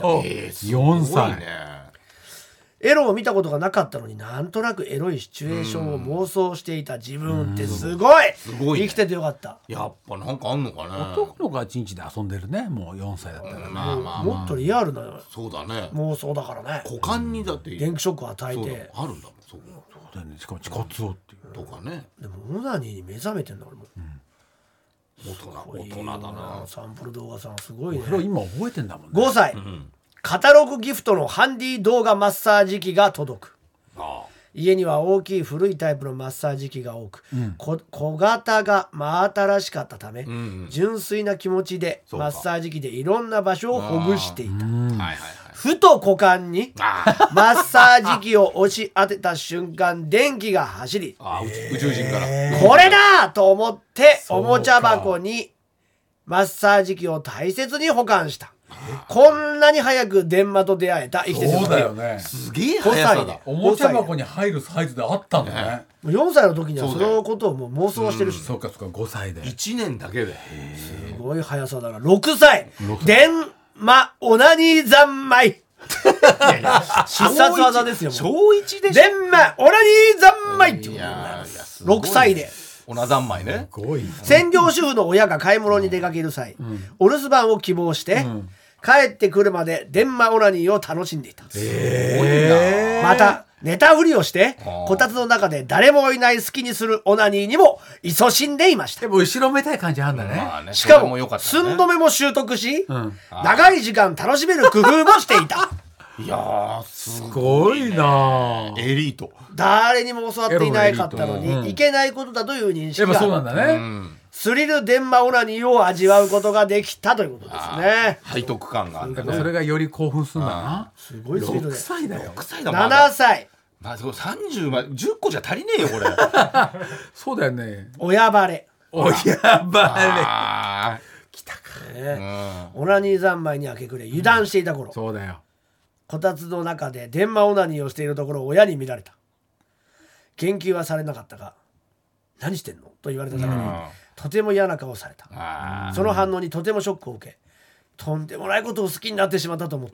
4歳、 エロを見たことがなかったのに、なんとなくエロいシチュエーションを妄想していた自分ってすごい、生きててよかった。 やっぱなんかあんのかな。 男の子は1日で遊んでるね、もう4歳だったら。 もっとリアルな妄想だからね。 股間にだって電気ショックを与えてあるんだもん。そうだね。しかも恥骨をっていうとかね。 でもオナニーに目覚めてんだ俺も。 大人だな。 サンプル動画さんすごいね。 それを今覚えてんだもんね。 5歳、カタログギフトのハンディ動画マッサージ機が届く。家には大きい古いタイプのマッサージ機が多く、小型が真新しかったため、純粋な気持ちでマッサージ機でいろんな場所をほぐしていた。ふと股間にマッサージ機を押し当てた瞬間、電気が走り、 宇宙人からこれだと思っておもちゃ箱にマッサージ機を大切に保管した。こんなに早く電話と出会えた。生きててそうだよね。 すげえ早さだ。 おもちゃ箱に入るサイズであったんだね。 4歳の時にはそのことをもう妄想してるし、 そうか5歳で 1年だけで。 すごい速さだな。6歳電話オナニー三昧必殺技ですよ。 小1で電話オナニー三昧ってことだね。6歳でオナ三昧ね。 専業主婦の親が買い物に出かける際、お留守番を希望して、帰ってくるまで電話オナニーを楽しんでいた。また寝たふりをしてこたつの中で誰もいない好きにするオナニーにも勤しんでいました。 でも後ろめたい感じあるんだね。 しかも寸止めも習得し、長い時間楽しめる工夫もしていた。 いやーすごいな。 エリート。 誰にも教わっていなかったのに、いけないことだという認識が、 そうなんだね。 スリル電話オナニーを味わうことができたということですね。 背徳感があるね。 それがより興奮するんだな。 すごいスリルで。 6歳だよ。 7歳。 まあ30まで10個じゃ足りねえよこれ。 そうだよね。 親バレ。 親バレ。 来たか。オナニー三昧に明け暮れ油断していた頃。 そうだよ。 こたつの中で電話オナニーをしているところを親に見られた。言及はされなかったが、何してんのと言われたために、とても嫌な顔をされた。その反応にとてもショックを受け、とんでもないことを好きになってしまったと思った。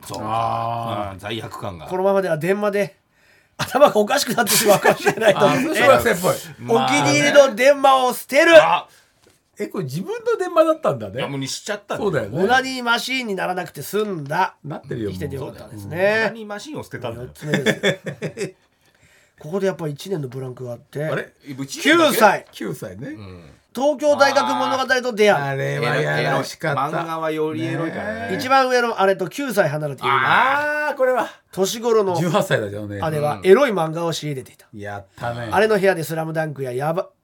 罪悪感が。 このままでは電話で頭がおかしくなってしまうかもしれないと思って、お気に入りの電話を捨てる。 これ自分の電話だったんだね。 いやもうにしちゃったんだ。 そうだよね。 オナニーマシーンにならなくて済んだ。 なってるよ。 生きててよかったですね。 オナニーマシーンを捨てたんだよ。 4つ目ですここでやっぱり1年のブランクがあって、 9 歳 9歳ね。 東京大学物語と出会う。 あれはやらしかった。 漫画はよりエロいからね。 一番上のあれと9歳離れている。 これは年頃の 18歳だよね。 姉はエロい漫画を仕入れていた。 やったね。 あれの部屋でスラムダンクや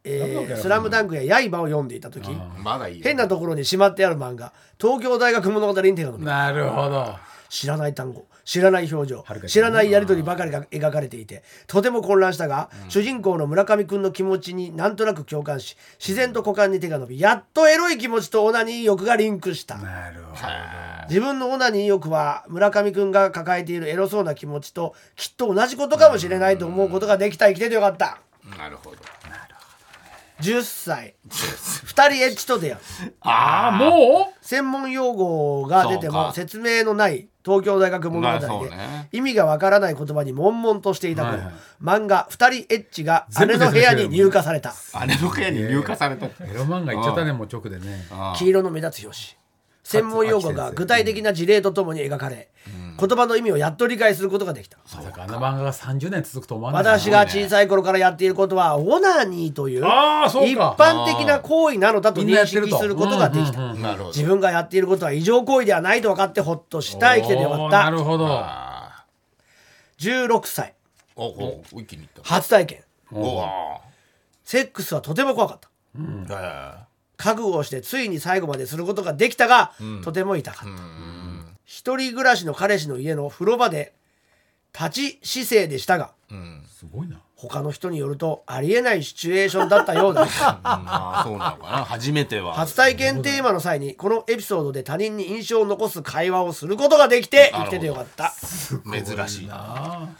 刃を読んでいた時、変なところにしまってある漫画東京大学物語に手が伸びた。 なるほど。 知らない単語、 知らない表情、知らないやり取りばかりが描かれていてとても混乱したが、主人公の村上くんの気持ちになんとなく共感し、自然と股間に手が伸び、やっとエロい気持ちとオナニー欲がリンクした。 なるほど。 自分のオナニー欲は村上くんが抱えているエロそうな気持ちときっと同じことかもしれないと思うことができた。生きててよかった。 なるほど。 10歳2人エッチと出会う。 もう専門用語が出ても説明のない東京大学物語で、意味がわからない言葉に悶々としていた頃、漫画2人エッチが姉の部屋に入荷された。 姉の部屋に入荷された。エロ漫画言っちゃったね、もう直でね。 黄色の目立つ表紙、専門用語が具体的な事例とともに描かれ、言葉の意味をやっと理解することができた。 まさかあの漫画が30年続くと思わない。 私が小さい頃からやっていることはオナニーという一般的な行為なのだと認識することができた。自分がやっていることは異常行為ではないと分かってほっとした。生きててよかった。 なるほど。 16歳一気にいった。 初体験。セックスはとても怖かった。覚悟をしてついに最後まですることができたが、とても痛かった。一人暮らしの彼氏の家の風呂場で立ち姿勢でしたが、 すごいな。 他の人によるとありえないシチュエーションだったようだ。 そうなのかな。初めては初体験テーマの際にこのエピソードで他人に印象を残す会話をすることができて生きててよかった。 珍しいな。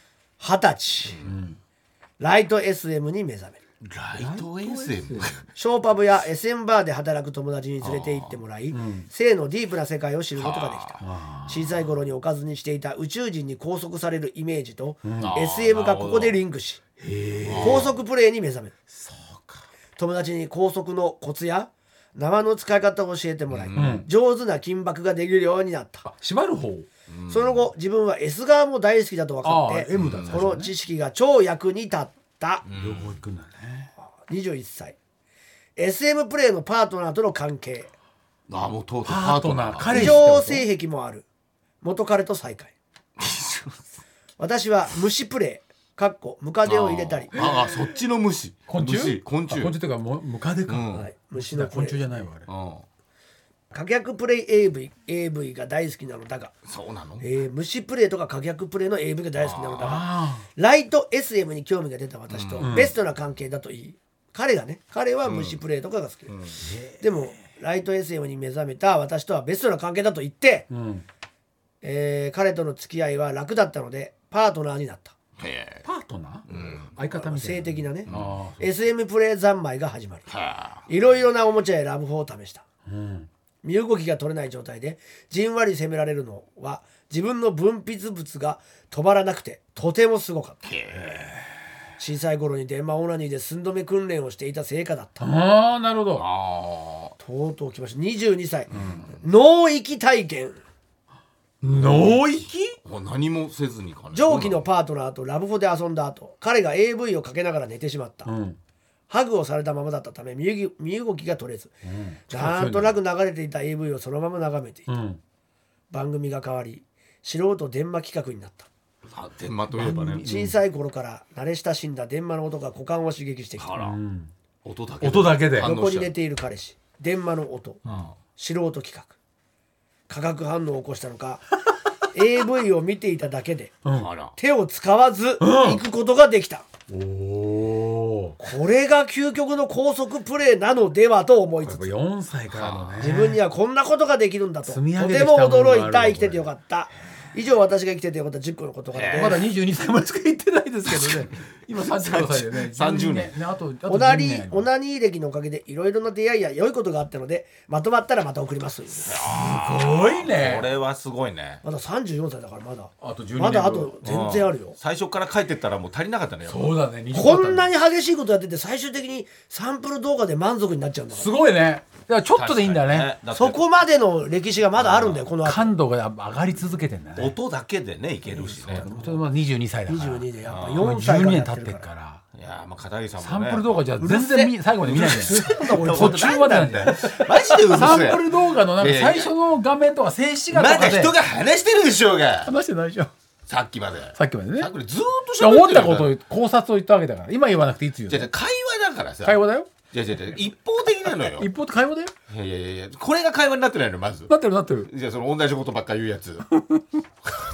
20歳、ライト SM に目覚める。 ライト SM？ ショーパブや SM バーで働く友達に連れて行ってもらい、性のディープな世界を知ることができた。小さい頃におかずにしていた宇宙人に拘束されるイメージと、SM がここでリンクし、高速プレイに目覚める。友達に高速のコツや縄の使い方を教えてもらい、上手な金箔ができるようになった。 縛る方。 その後自分は S 側も大好きだと分かって、この知識が超役に立った。 両方行くんだね。 21歳 SM プレイのパートナーとの関係。 もうとうとうパートナー。 異常性癖もある元彼と再会。私は虫プレイムカデを入れたり。 そっちの虫。 昆虫というかムカデか。 虫の昆虫じゃないわあれ。 可逆プレイ AV が大好きなのだが。 そうなの？ 虫プレイとか可逆プレイの AV が大好きなのだが、ライト SM に興味が出た私とベストな関係だといい。彼は虫プレイとかが好き、でもライト SM に目覚めた私とはベストな関係だと言って、彼との付き合いは楽だったのでパートナーになった。 パートナー、相方みたいな性的なね、SM プレイ三昧が始まり、いろいろなおもちゃやラブホを試した。身動きが取れない状態でじんわり責められるのは自分の分泌物が止まらなくてとてもすごかった。小さい頃に電話オナニーで寸止め訓練をしていた成果だった。 なるほど。 とうとう来ました。22歳、脳域体験。 脳域？ 何もせずにかね。 上記のパートナーとラブホで遊んだ後、彼が AV をかけながら寝てしまった。ハグをされたままだったため身動きが取れず、なんとなく流れていた AV をそのまま眺めていた。番組が変わり素人電話企画になった。 電話といえばね、 小さい頃から慣れ親しんだ電話の音が股間を刺激してきた。 音だけで横に寝ている彼氏、電話の音、素人企画、化学反応を起こしたのかAV を見ていただけで、手を使わず行くことができた。これが究極の高速プレイなのではと思いつつ、 4歳からのね、 自分にはこんなことができるんだととても驚いた。生きててよかった。以上、私が生きててよかった10個のことからです。 まだ22歳までしか言ってないですけどね。今35歳でね。 30年。 オナニー歴のおかげでいろいろな出会いや良いことがあったので、まとまったらまた送ります。 すごいね。 これはすごいね。 まだ34歳だからまだあと12年。 まだあと全然あるよ。 最初から帰ってったらもう足りなかったね。 そうだね。 こんなに激しいことやってて最終的にサンプル動画で満足になっちゃうんだから。 すごいね。だからちょっとでいいんだね。 そこまでの歴史がまだあるんだよ。この感度が上がり続けてんだね。 音だけでねいけるしね。 22歳だから。 22でやっぱ4歳 12年経ってるから。 いや片桐さんもサンプル動画じゃ全然最後まで見ないんだよ。途中までなんだよ。 マジでうるせえ。 サンプル動画のなんか最初の画面とか静止画とかでまだ人が話してるでしょうが。 話してないでしょ。 さっきまでね。 ずーっと喋ってる。思ったことを考察を言ったわけだから。今言わなくていいっつうよ。 会話だからさ。 会話だよ。 一方的なのよ。 一方会話だよ。 いやこれが会話になってないのまず。 なってる。 じゃあその同じことばっかり言うやつ。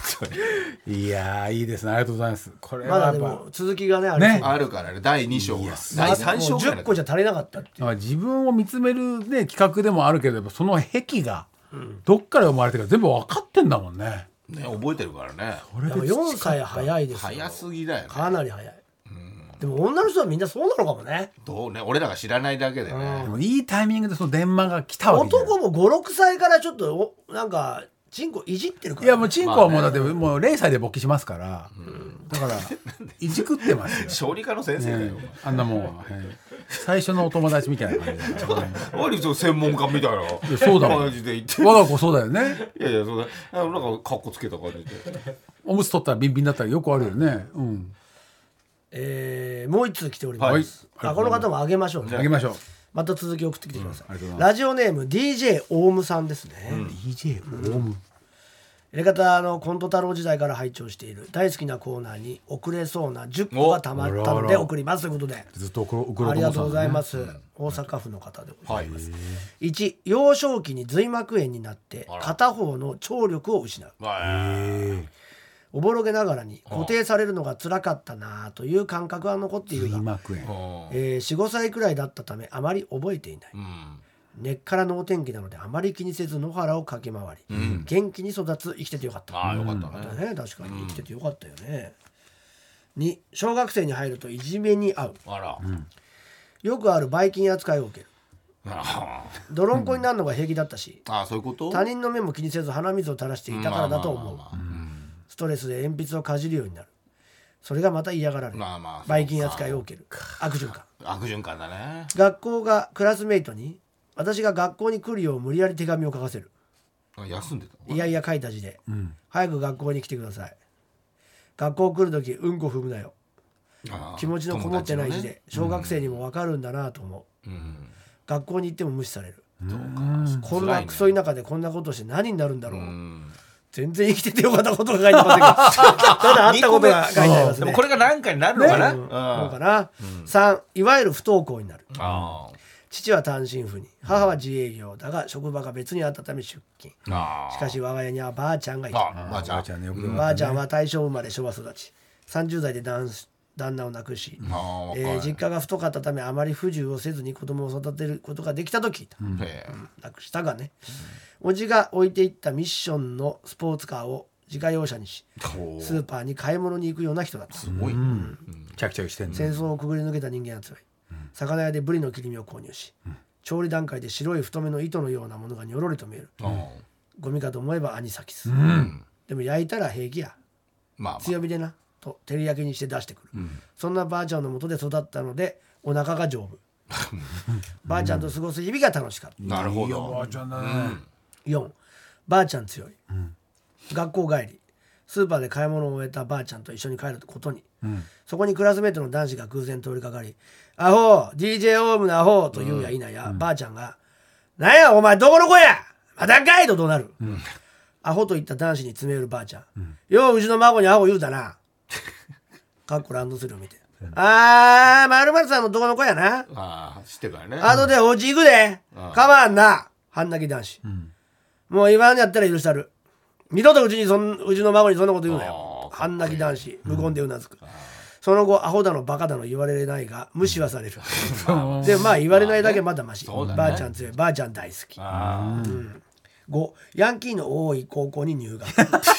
いやいいですね、ありがとうございます。 これはまだでも続きがねあるからね、第2章が第3章が10個じゃ足りなかったっていう。 自分を見つめるね企画でもあるけど、その癖がどっから生まれてるか全部分かってんだもんね。 覚えてるからね。 4歳早いですよ。 早すぎだよね。 かなり早い。でも女の人はみんなそうなのかもね。 どうね、俺らが知らないだけでね。 でもいいタイミングでその電話が来たわけじゃん。 男も5、6歳からちょっとなんかチンコいじってるから、ね。 いやもうチンコはもうだってもう0歳で勃起しますから、だからいじくってますよ。 小児科の先生だよ。 あんなもん、最初のお友達みたいな感じで。 何専門家みたいな。 そうだもん。 マジで言って。 我が子そうだよね。 いやいや、そうだ。なんかカッコつけた感じで。 おむつ取ったらビンビンだったらよくあるよね。 もう一通来ております。この方もあげましょうね。 あげましょう。 また続き送ってきてください。ラジオネーム DJ オウムさんですね。 DJ オウム。 入れ方のコント太郎時代から拝聴している大好きなコーナーに送れそうな10個がたまったので送りますということで、 ずっと送るありがとうございます。大阪府の方でございます。1、幼少期に髄膜炎になって片方の聴力を失う。おぼろげながらに固定されるのが辛かったなという感覚は残っているが、4、5歳くらいだったためあまり覚えていない。根っから脳天気なのであまり気にせず野原を駆け回り、元気に育つ。生きててよかった。 よかったね。 確かに生きててよかったよね。2、小学生に入るといじめに遭う。よくあるばい菌扱いを受ける。泥んこになるのが平気だったし、 そういうこと？ 他人の目も気にせず鼻水を垂らしていたからだと思う。ストレスで鉛筆をかじるようになる。それがまた嫌がられる。ばい菌扱いを受ける。悪循環。 悪循環だね。 学校がクラスメイトに私が学校に来るよう無理やり手紙を書かせる。 休んでた。 いやいや書いた字で、早く学校に来てください。学校来るときうんこ踏むなよ。気持ちのこもってない字で、小学生にも分かるんだなと思う。学校に行っても無視される。こんなクソ田舎でこんなことして何になるんだろう。全然生きててよかったことが書いてませんけどただあったことが書いてありますね。 でもこれが何かになるのかな。 そうかな。3、いわゆる不登校になる。父は単身赴任、母は自営業だが職場が別にあったため出勤。しかし我が家にはばあちゃんがいた。ばあちゃんは大正生まれ昭和育ち、30代で旦那を亡くし、実家が太かったためあまり不自由をせずに子供を育てることができたと聞いた。亡くしたがね。おじが置いていったミッションのスポーツカーを自家用車にし、スーパーに買い物に行くような人だった。 すごい。 チャキチャキしてんの。 戦争をくぐり抜けた人間は強い。魚屋でブリの切り身を購入し、調理段階で白い太めの糸のようなものがにょろりと見える。ゴミかと思えばアニサキス。でも焼いたら平気や。強火でなと照り焼きにして出してくる。そんなばあちゃんのもとで育ったのでお腹が丈夫。ばあちゃんと過ごす日々が楽しかった。 なるほど。 ばあちゃんだね。 4、ばあちゃん強い。学校帰りスーパーで買い物を終えたばあちゃんと一緒に帰ることに、そこにクラスメートの男子が偶然通りかかり、アホ DJ オウムのアホと言うや否や、ばあちゃんがなんやお前どこの子やまたかいと怒鳴る。アホと言った男子に詰め寄るばあちゃん、よううちの孫にアホ言うたなかっこランドセルを見て、〇〇さんのどこの子やな。 知ってからね。 後でお家行くでかまんな。半泣き男子、もう言わんやったら許したる。二度とうちの孫にそんなこと言うなよ。半泣き男子無言でうなずく。その後アホだのバカだの言われないが無視はされる。でまあ言われないだけまだマシ。ばあちゃん強い、ばあちゃん大好き。5、ヤンキーの多い高校に入学。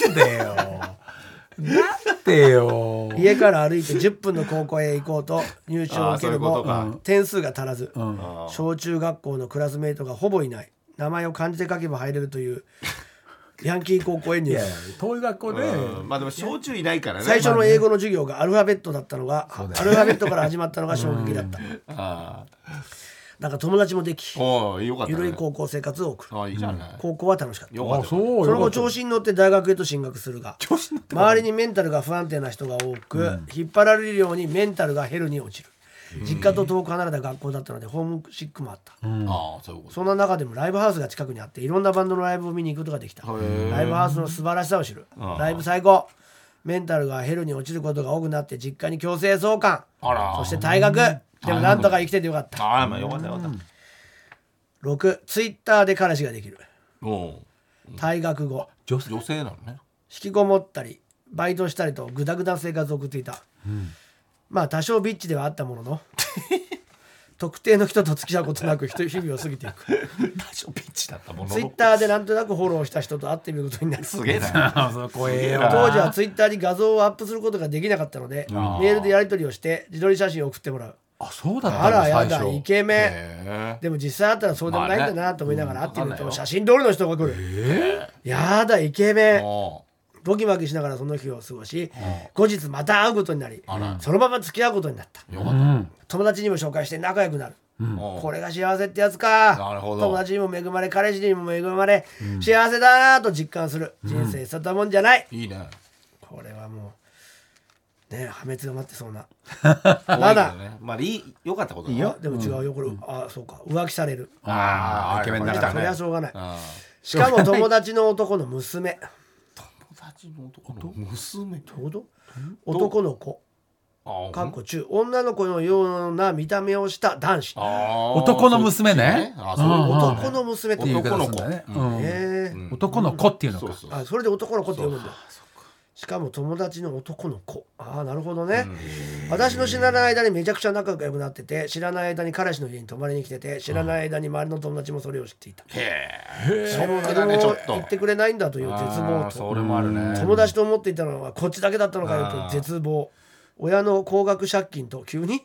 なんでよ。 家から歩いて10分の高校へ行こうと入試を受けるも点数が足らず、小中学校のクラスメートがほぼいない。名前を漢字で書けば入れるというヤンキー高校へ入学。 遠い学校で、 でも小中いないからね。 最初の英語の授業がアルファベットだったのが、アルファベットから始まったのが衝撃だった。なんか友達もでき、ゆるい高校生活を送る。高校は楽しかった。その後調子に乗って大学へと進学するが、周りにメンタルが不安定な人が多く、引っ張られるようにメンタルがヘルに落ちる。実家と遠く離れた学校だったのでホームシックもあった。そんな中でもライブハウスが近くにあっていろんなバンドのライブを見に行くことができた。ライブハウスの素晴らしさを知る。ライブ最高。メンタルがヘルに落ちることが多くなって実家に強制送還、そして退学。でもなんとか生きててよかった。6、ツイッターで彼氏ができる。退学後女性なのね。 引きこもったりバイトしたりとグダグダ生活を送っていた、まあ多少ビッチではあったものの特定の人と付き合うことなく日々を過ぎていく。 多少ビッチだったもののツイッターでなんとなくフォローした人と会ってみることになる。 すげえな当時はツイッターに画像をアップすることができなかったのでメールでやり取りをして自撮り写真を送ってもらう。 そうだったあらやだ最初イケメン。でも実際あったらそうでもないんだなと思いながら会ってみると写真通りの人が来る。やだイケメン。ドキマキしながらその日を過ごし、後日また会うことになり、そのまま付き合うことになった。友達にも紹介して仲良くなる。これが幸せってやつか。友達にも恵まれ彼氏にも恵まれ、幸せだなと実感する。人生そんなもんじゃない。 いいね。 これはもうね破滅が待ってそうな。 まだまあ良かったことだ。 いいよ。でも違うよこれ。あそうか浮気される。 イケメンだからね。 そりゃしょうがない。しかも友達の男の娘。 友達の男の娘。 男の子。かっこ中女の子のような見た目をした男子。 男の娘ね。 男の娘って男の子。男の子っていうのか。 それで男の子って呼ぶんだ。しかも友達の男の子。なるほどね。私の知らない間にめちゃくちゃ仲が良くなってて、知らない間に彼氏の家に泊まりに来てて、知らない間に周りの友達もそれを知っていた。でも何も言ってくれないんだという絶望と、 それもあるね。 友達と思っていたのはこっちだけだったのかよと絶望。親の高額借金と親の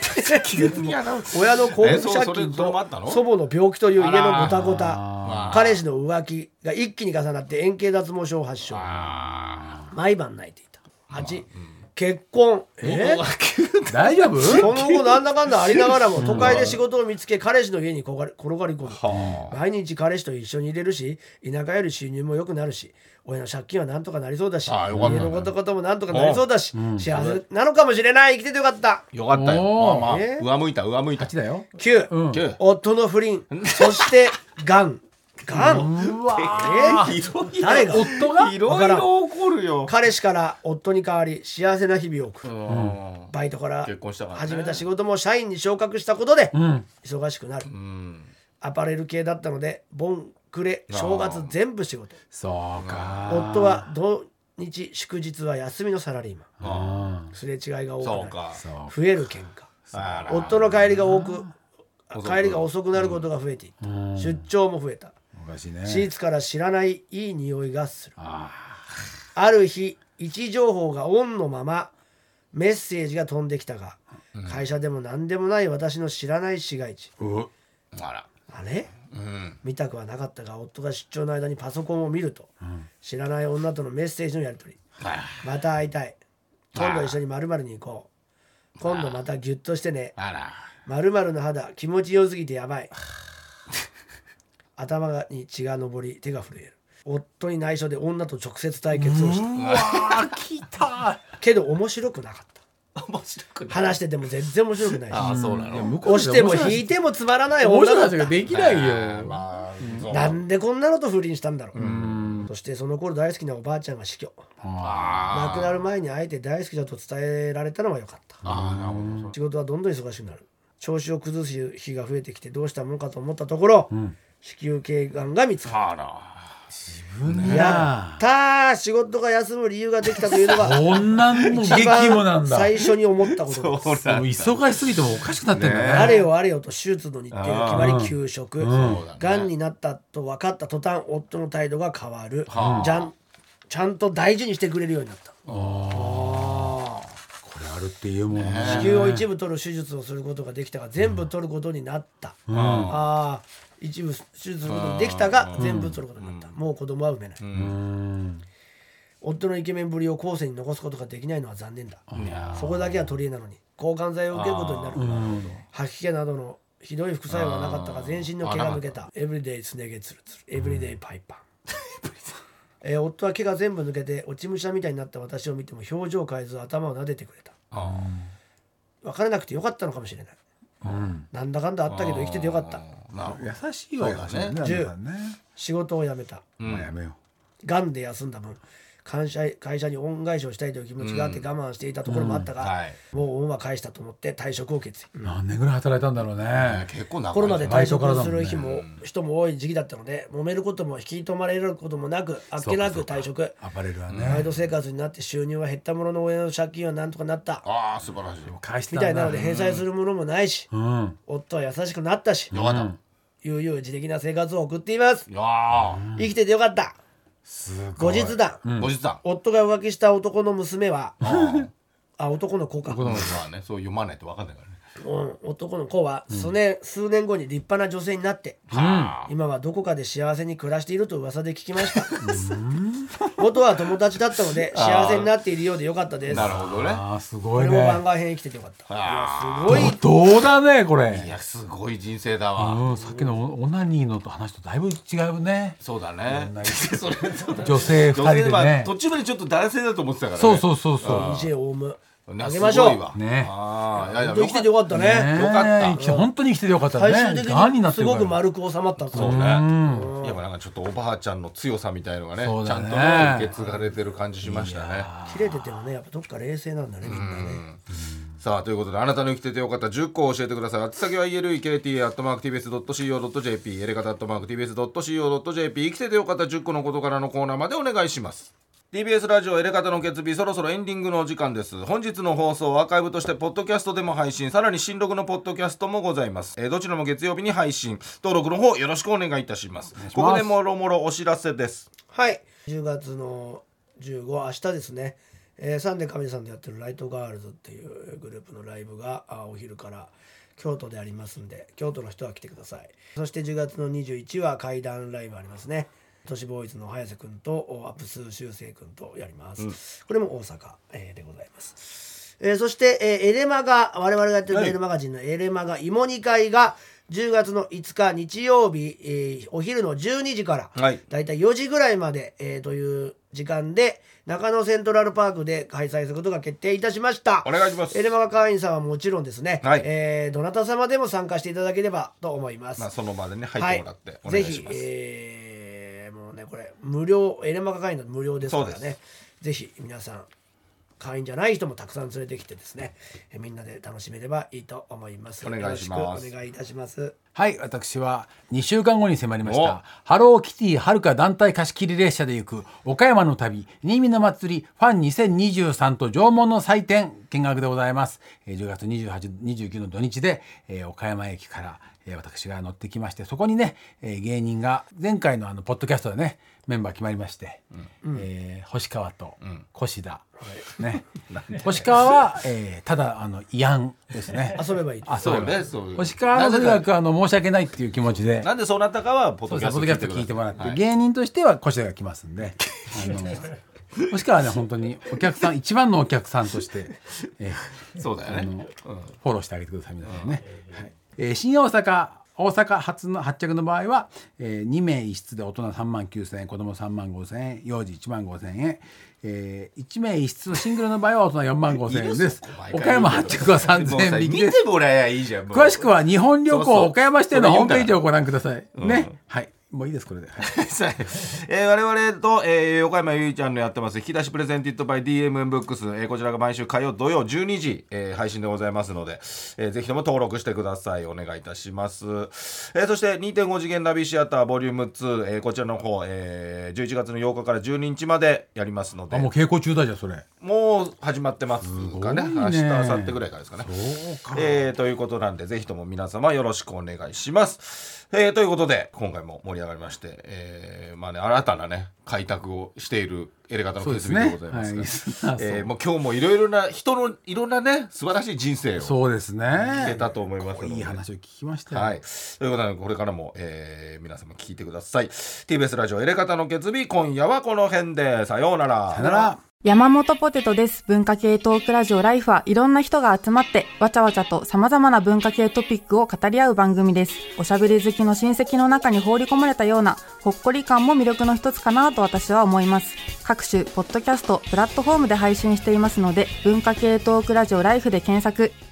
高額借金と祖母の病気という家のごたごた、彼氏の浮気が一気に重なって円形脱毛症を発症。毎晩泣いていた。8、結婚。 大丈夫？ その後なんだかんだありながらも都会で仕事を見つけ彼氏の家に転がり込む。毎日彼氏と一緒にいれるし、田舎より収入も良くなるし、親の借金はなんとかなりそうだし、家のこともなんとかなりそうだし、幸せなのかもしれない。生きててよかった。 よかったよ。上向いた。 8だよ。 9、夫の不倫、そしてがん。 うわ誰が夫がいろいろ起こるよ。 彼氏から夫に代わり幸せな日々を送る。バイトから始めた仕事も社員に昇格したことで忙しくなる。アパレル系だったのでボンクレ正月全部仕事。 そうか。 夫は土日祝日は休みのサラリーマン。すれ違いが多くなり増える喧嘩。夫の帰りが遅くなることが増えていった。出張も増えた。シーツから知らないいい匂いがする。ある日位置情報がオンのままメッセージが飛んできたが、会社でも何でもない私の知らない市街地。あれ、見たくはなかったが夫が出張の間にパソコンを見ると、知らない女とのメッセージのやり取り。また会いたい。今度一緒に〇〇に行こう。今度またギュッとしてね。〇〇の肌気持ちよすぎてやばい。頭に血が上り手が震える。夫に内緒で女と直接対決をした。 うわ来た。 けど面白くなかった。話してても全然面白くないし。 そうなの。 押しても引いてもつまらない女だった。 ができないよ。 なんでこんなのと不倫したんだろう。そしてその頃大好きなおばあちゃんが死去。亡くなる前にあえて大好きだと伝えられたのは良かった。仕事はどんどん忙しくなる。調子を崩す日が増えてきてどうしたもんかと思ったところ、子宮頸がんが見つかった。やったー、仕事が休む理由ができたというのがこんなんの激務なんだ。 最初に思ったことです。 忙しすぎてもおかしくなってんだね。 あれよあれよと手術の日程が決まり休職。がんになったと分かった途端夫の態度が変わる。ちゃんと大事にしてくれるようになった。 これあるっていうもんね。 子宮を一部取る手術をすることができたが全部取ることになった。一部手術することができたが全部取ることになった。もう子供は産めない。夫のイケメンぶりを後世に残すことができないのは残念だ。そこだけは取り柄なのに抗がん剤を受けることになる。吐き気などのひどい副作用がなかったが全身の毛が抜けた。エブリデイすね毛ツルツル、エブリデイパイパン。夫は毛が全部抜けて落ち武者みたいになった私を見ても表情を変えず頭を撫でてくれた。別れなくてよかったのかもしれない。なんだかんだあったけど生きててよかった。 優しいわよね。 10、仕事を辞めた。 やめよがんで休んだ分会社に恩返しをしたいという気持ちがあって我慢していたところもあったが、もう恩は返したと思って退職を決意。 何年ぐらい働いたんだろうね。 結構長い。 コロナで退職する人も多い時期だったので、揉めることも引き止まれることもなく、あっけなく退職。 アパレルはね、 バイト生活になって収入は減ったものの親の借金はなんとかなった。 ああ素晴らしい。 返したみたいなので返済するものもないし、夫は優しくなったし、悠々自適な生活を送っています。生きててよかった。後日談、夫が浮気した男の娘は男の子か、 そう読まないと分かんないからね。 男の子は数年後に立派な女性になって、今はどこかで幸せに暮らしていると噂で聞きました。元は友達だったので幸せになっているようでよかったです。 なるほどね。 すごいね。 これも番外編生きててよかった。いやすごい。 どうだねこれ。 いやすごい人生だわ。 さっきのオナニーの話とだいぶ違うね。 そうだね。 女性2人でね。 途中までちょっと男性だと思ってたからね。 そう。 DJ オウムあげましょうね。生きててよかったね。 よかった。 本当に生きててよかったね。 最終的にすごく丸く収まった。 そうね。やっぱなんかちょっとおばあちゃんの強さみたいのがね、ちゃんとね受け継がれてる感じしましたね。 切れててもね、やっぱどっか冷静なんだねみんなね。 さあということで、あなたの生きててよかった10個を教えてください。宛先は elekt@tbs.co.jp、 エレカタ@tbs.co.jp、 生きててよかった10個のことからのコーナーまでお願いします。TBS ラジオエレカタの決日、そろそろエンディングのお時間です。本日の放送はアーカイブとしてポッドキャストでも配信、さらに新録のポッドキャストもございます。どちらも月曜日に配信、登録の方よろしくお願いいたします。ここでもろもろお知らせです。 はい、10月の15明日ですね、サンデー神さんでやってるライトガールズっていうグループのライブがお昼から京都でありますんで、京都の人は来てください。そして10月の21は怪談ライブありますね。都市ボーイズの早瀬くんとアップス修正くんとやります、これも大阪、でございます。そして、エレマガ、我々がやってるメールマガジンのエレマガ芋煮会が10月の5日日曜日、お昼の12時から、だいたい4時ぐらいまで、という時間で中野セントラルパークで開催することが決定いたしました。 お願いします。 エレマガ会員さんはもちろんですね、どなた様でも参加していただければと思います。 その場でね入ってもらってお願いします。 ぜひ、もうねこれ無料、エレマガ会員の無料ですからね、ぜひ皆さん会員じゃない人もたくさん連れてきてですね、みんなで楽しめればいいと思います。 お願いします。 よろしくお願いいたします。 はい、私は2週間後に迫りましたハローキティはるか団体貸し切り列車で行く岡山の旅新見の祭りファン2023と縄文の祭典見学でございます。10月28、29の土日で、岡山駅から私が乗ってきまして、そこにね、芸人が前回のポッドキャストでねメンバー決まりまして、星川と越田、星川は、ただ慰安ですね。 遊べばいい。 そうね。 星川はとにかく申し訳ないっていう気持ちで、 なんでそうなったかはポッドキャスト聞いてもらって、芸人としては越田が来ますんで、星川はね本当にお客さん一番のお客さんとして、 そうだよね、 フォローしてあげてください皆さんね。新大阪発着の場合は、2名1室で大人39,000円、子供35,000円、幼児15,000円、1名1室のシングルの場合は大人45,000円です。岡山発着は3,000円引きです。 見てもらえばいいじゃん。 詳しくは日本旅行岡山支店のホームページをご覧くださいね。はい、もういいですこれで。 我々と、横山由依ちゃんのやってます引き出しプレゼンティッドバイ DMM ブックス、こちらが毎週火曜土曜12時、配信でございますので、ぜひとも登録してください。お願いいたします。そして 2.5 次元ナビシアターボリューム2、こちらの方、11月の8日から12日までやりますので、 もう稽古中だじゃんそれ。 もう始まってますかね。明日明後日ぐらいからですかね。 そうか、 ということなんでぜひとも皆様よろしくお願いします。ということで今回も盛り上がりまして、新たなね開拓をしているエレガタの決日でございますが、もう今日もいろいろな人のいろんなね素晴らしい人生を聞けたと思いますので、 いい話を聞きましたよ。 はい、ということでこれからも、皆様聞いてください。 TBS ラジオエレガタの決日、今夜はこの辺でさようなら。 さよなら。 山本ポテトです。文化系トークラジオライフはいろんな人が集まってわちゃわちゃと様々な文化系トピックを語り合う番組です。おしゃべり好きの親戚の中に放り込まれたようなほっこり感も魅力の一つかなと私は思います。各種ポッドキャストプラットフォームで配信していますので、文化系トークラジオライフで検索。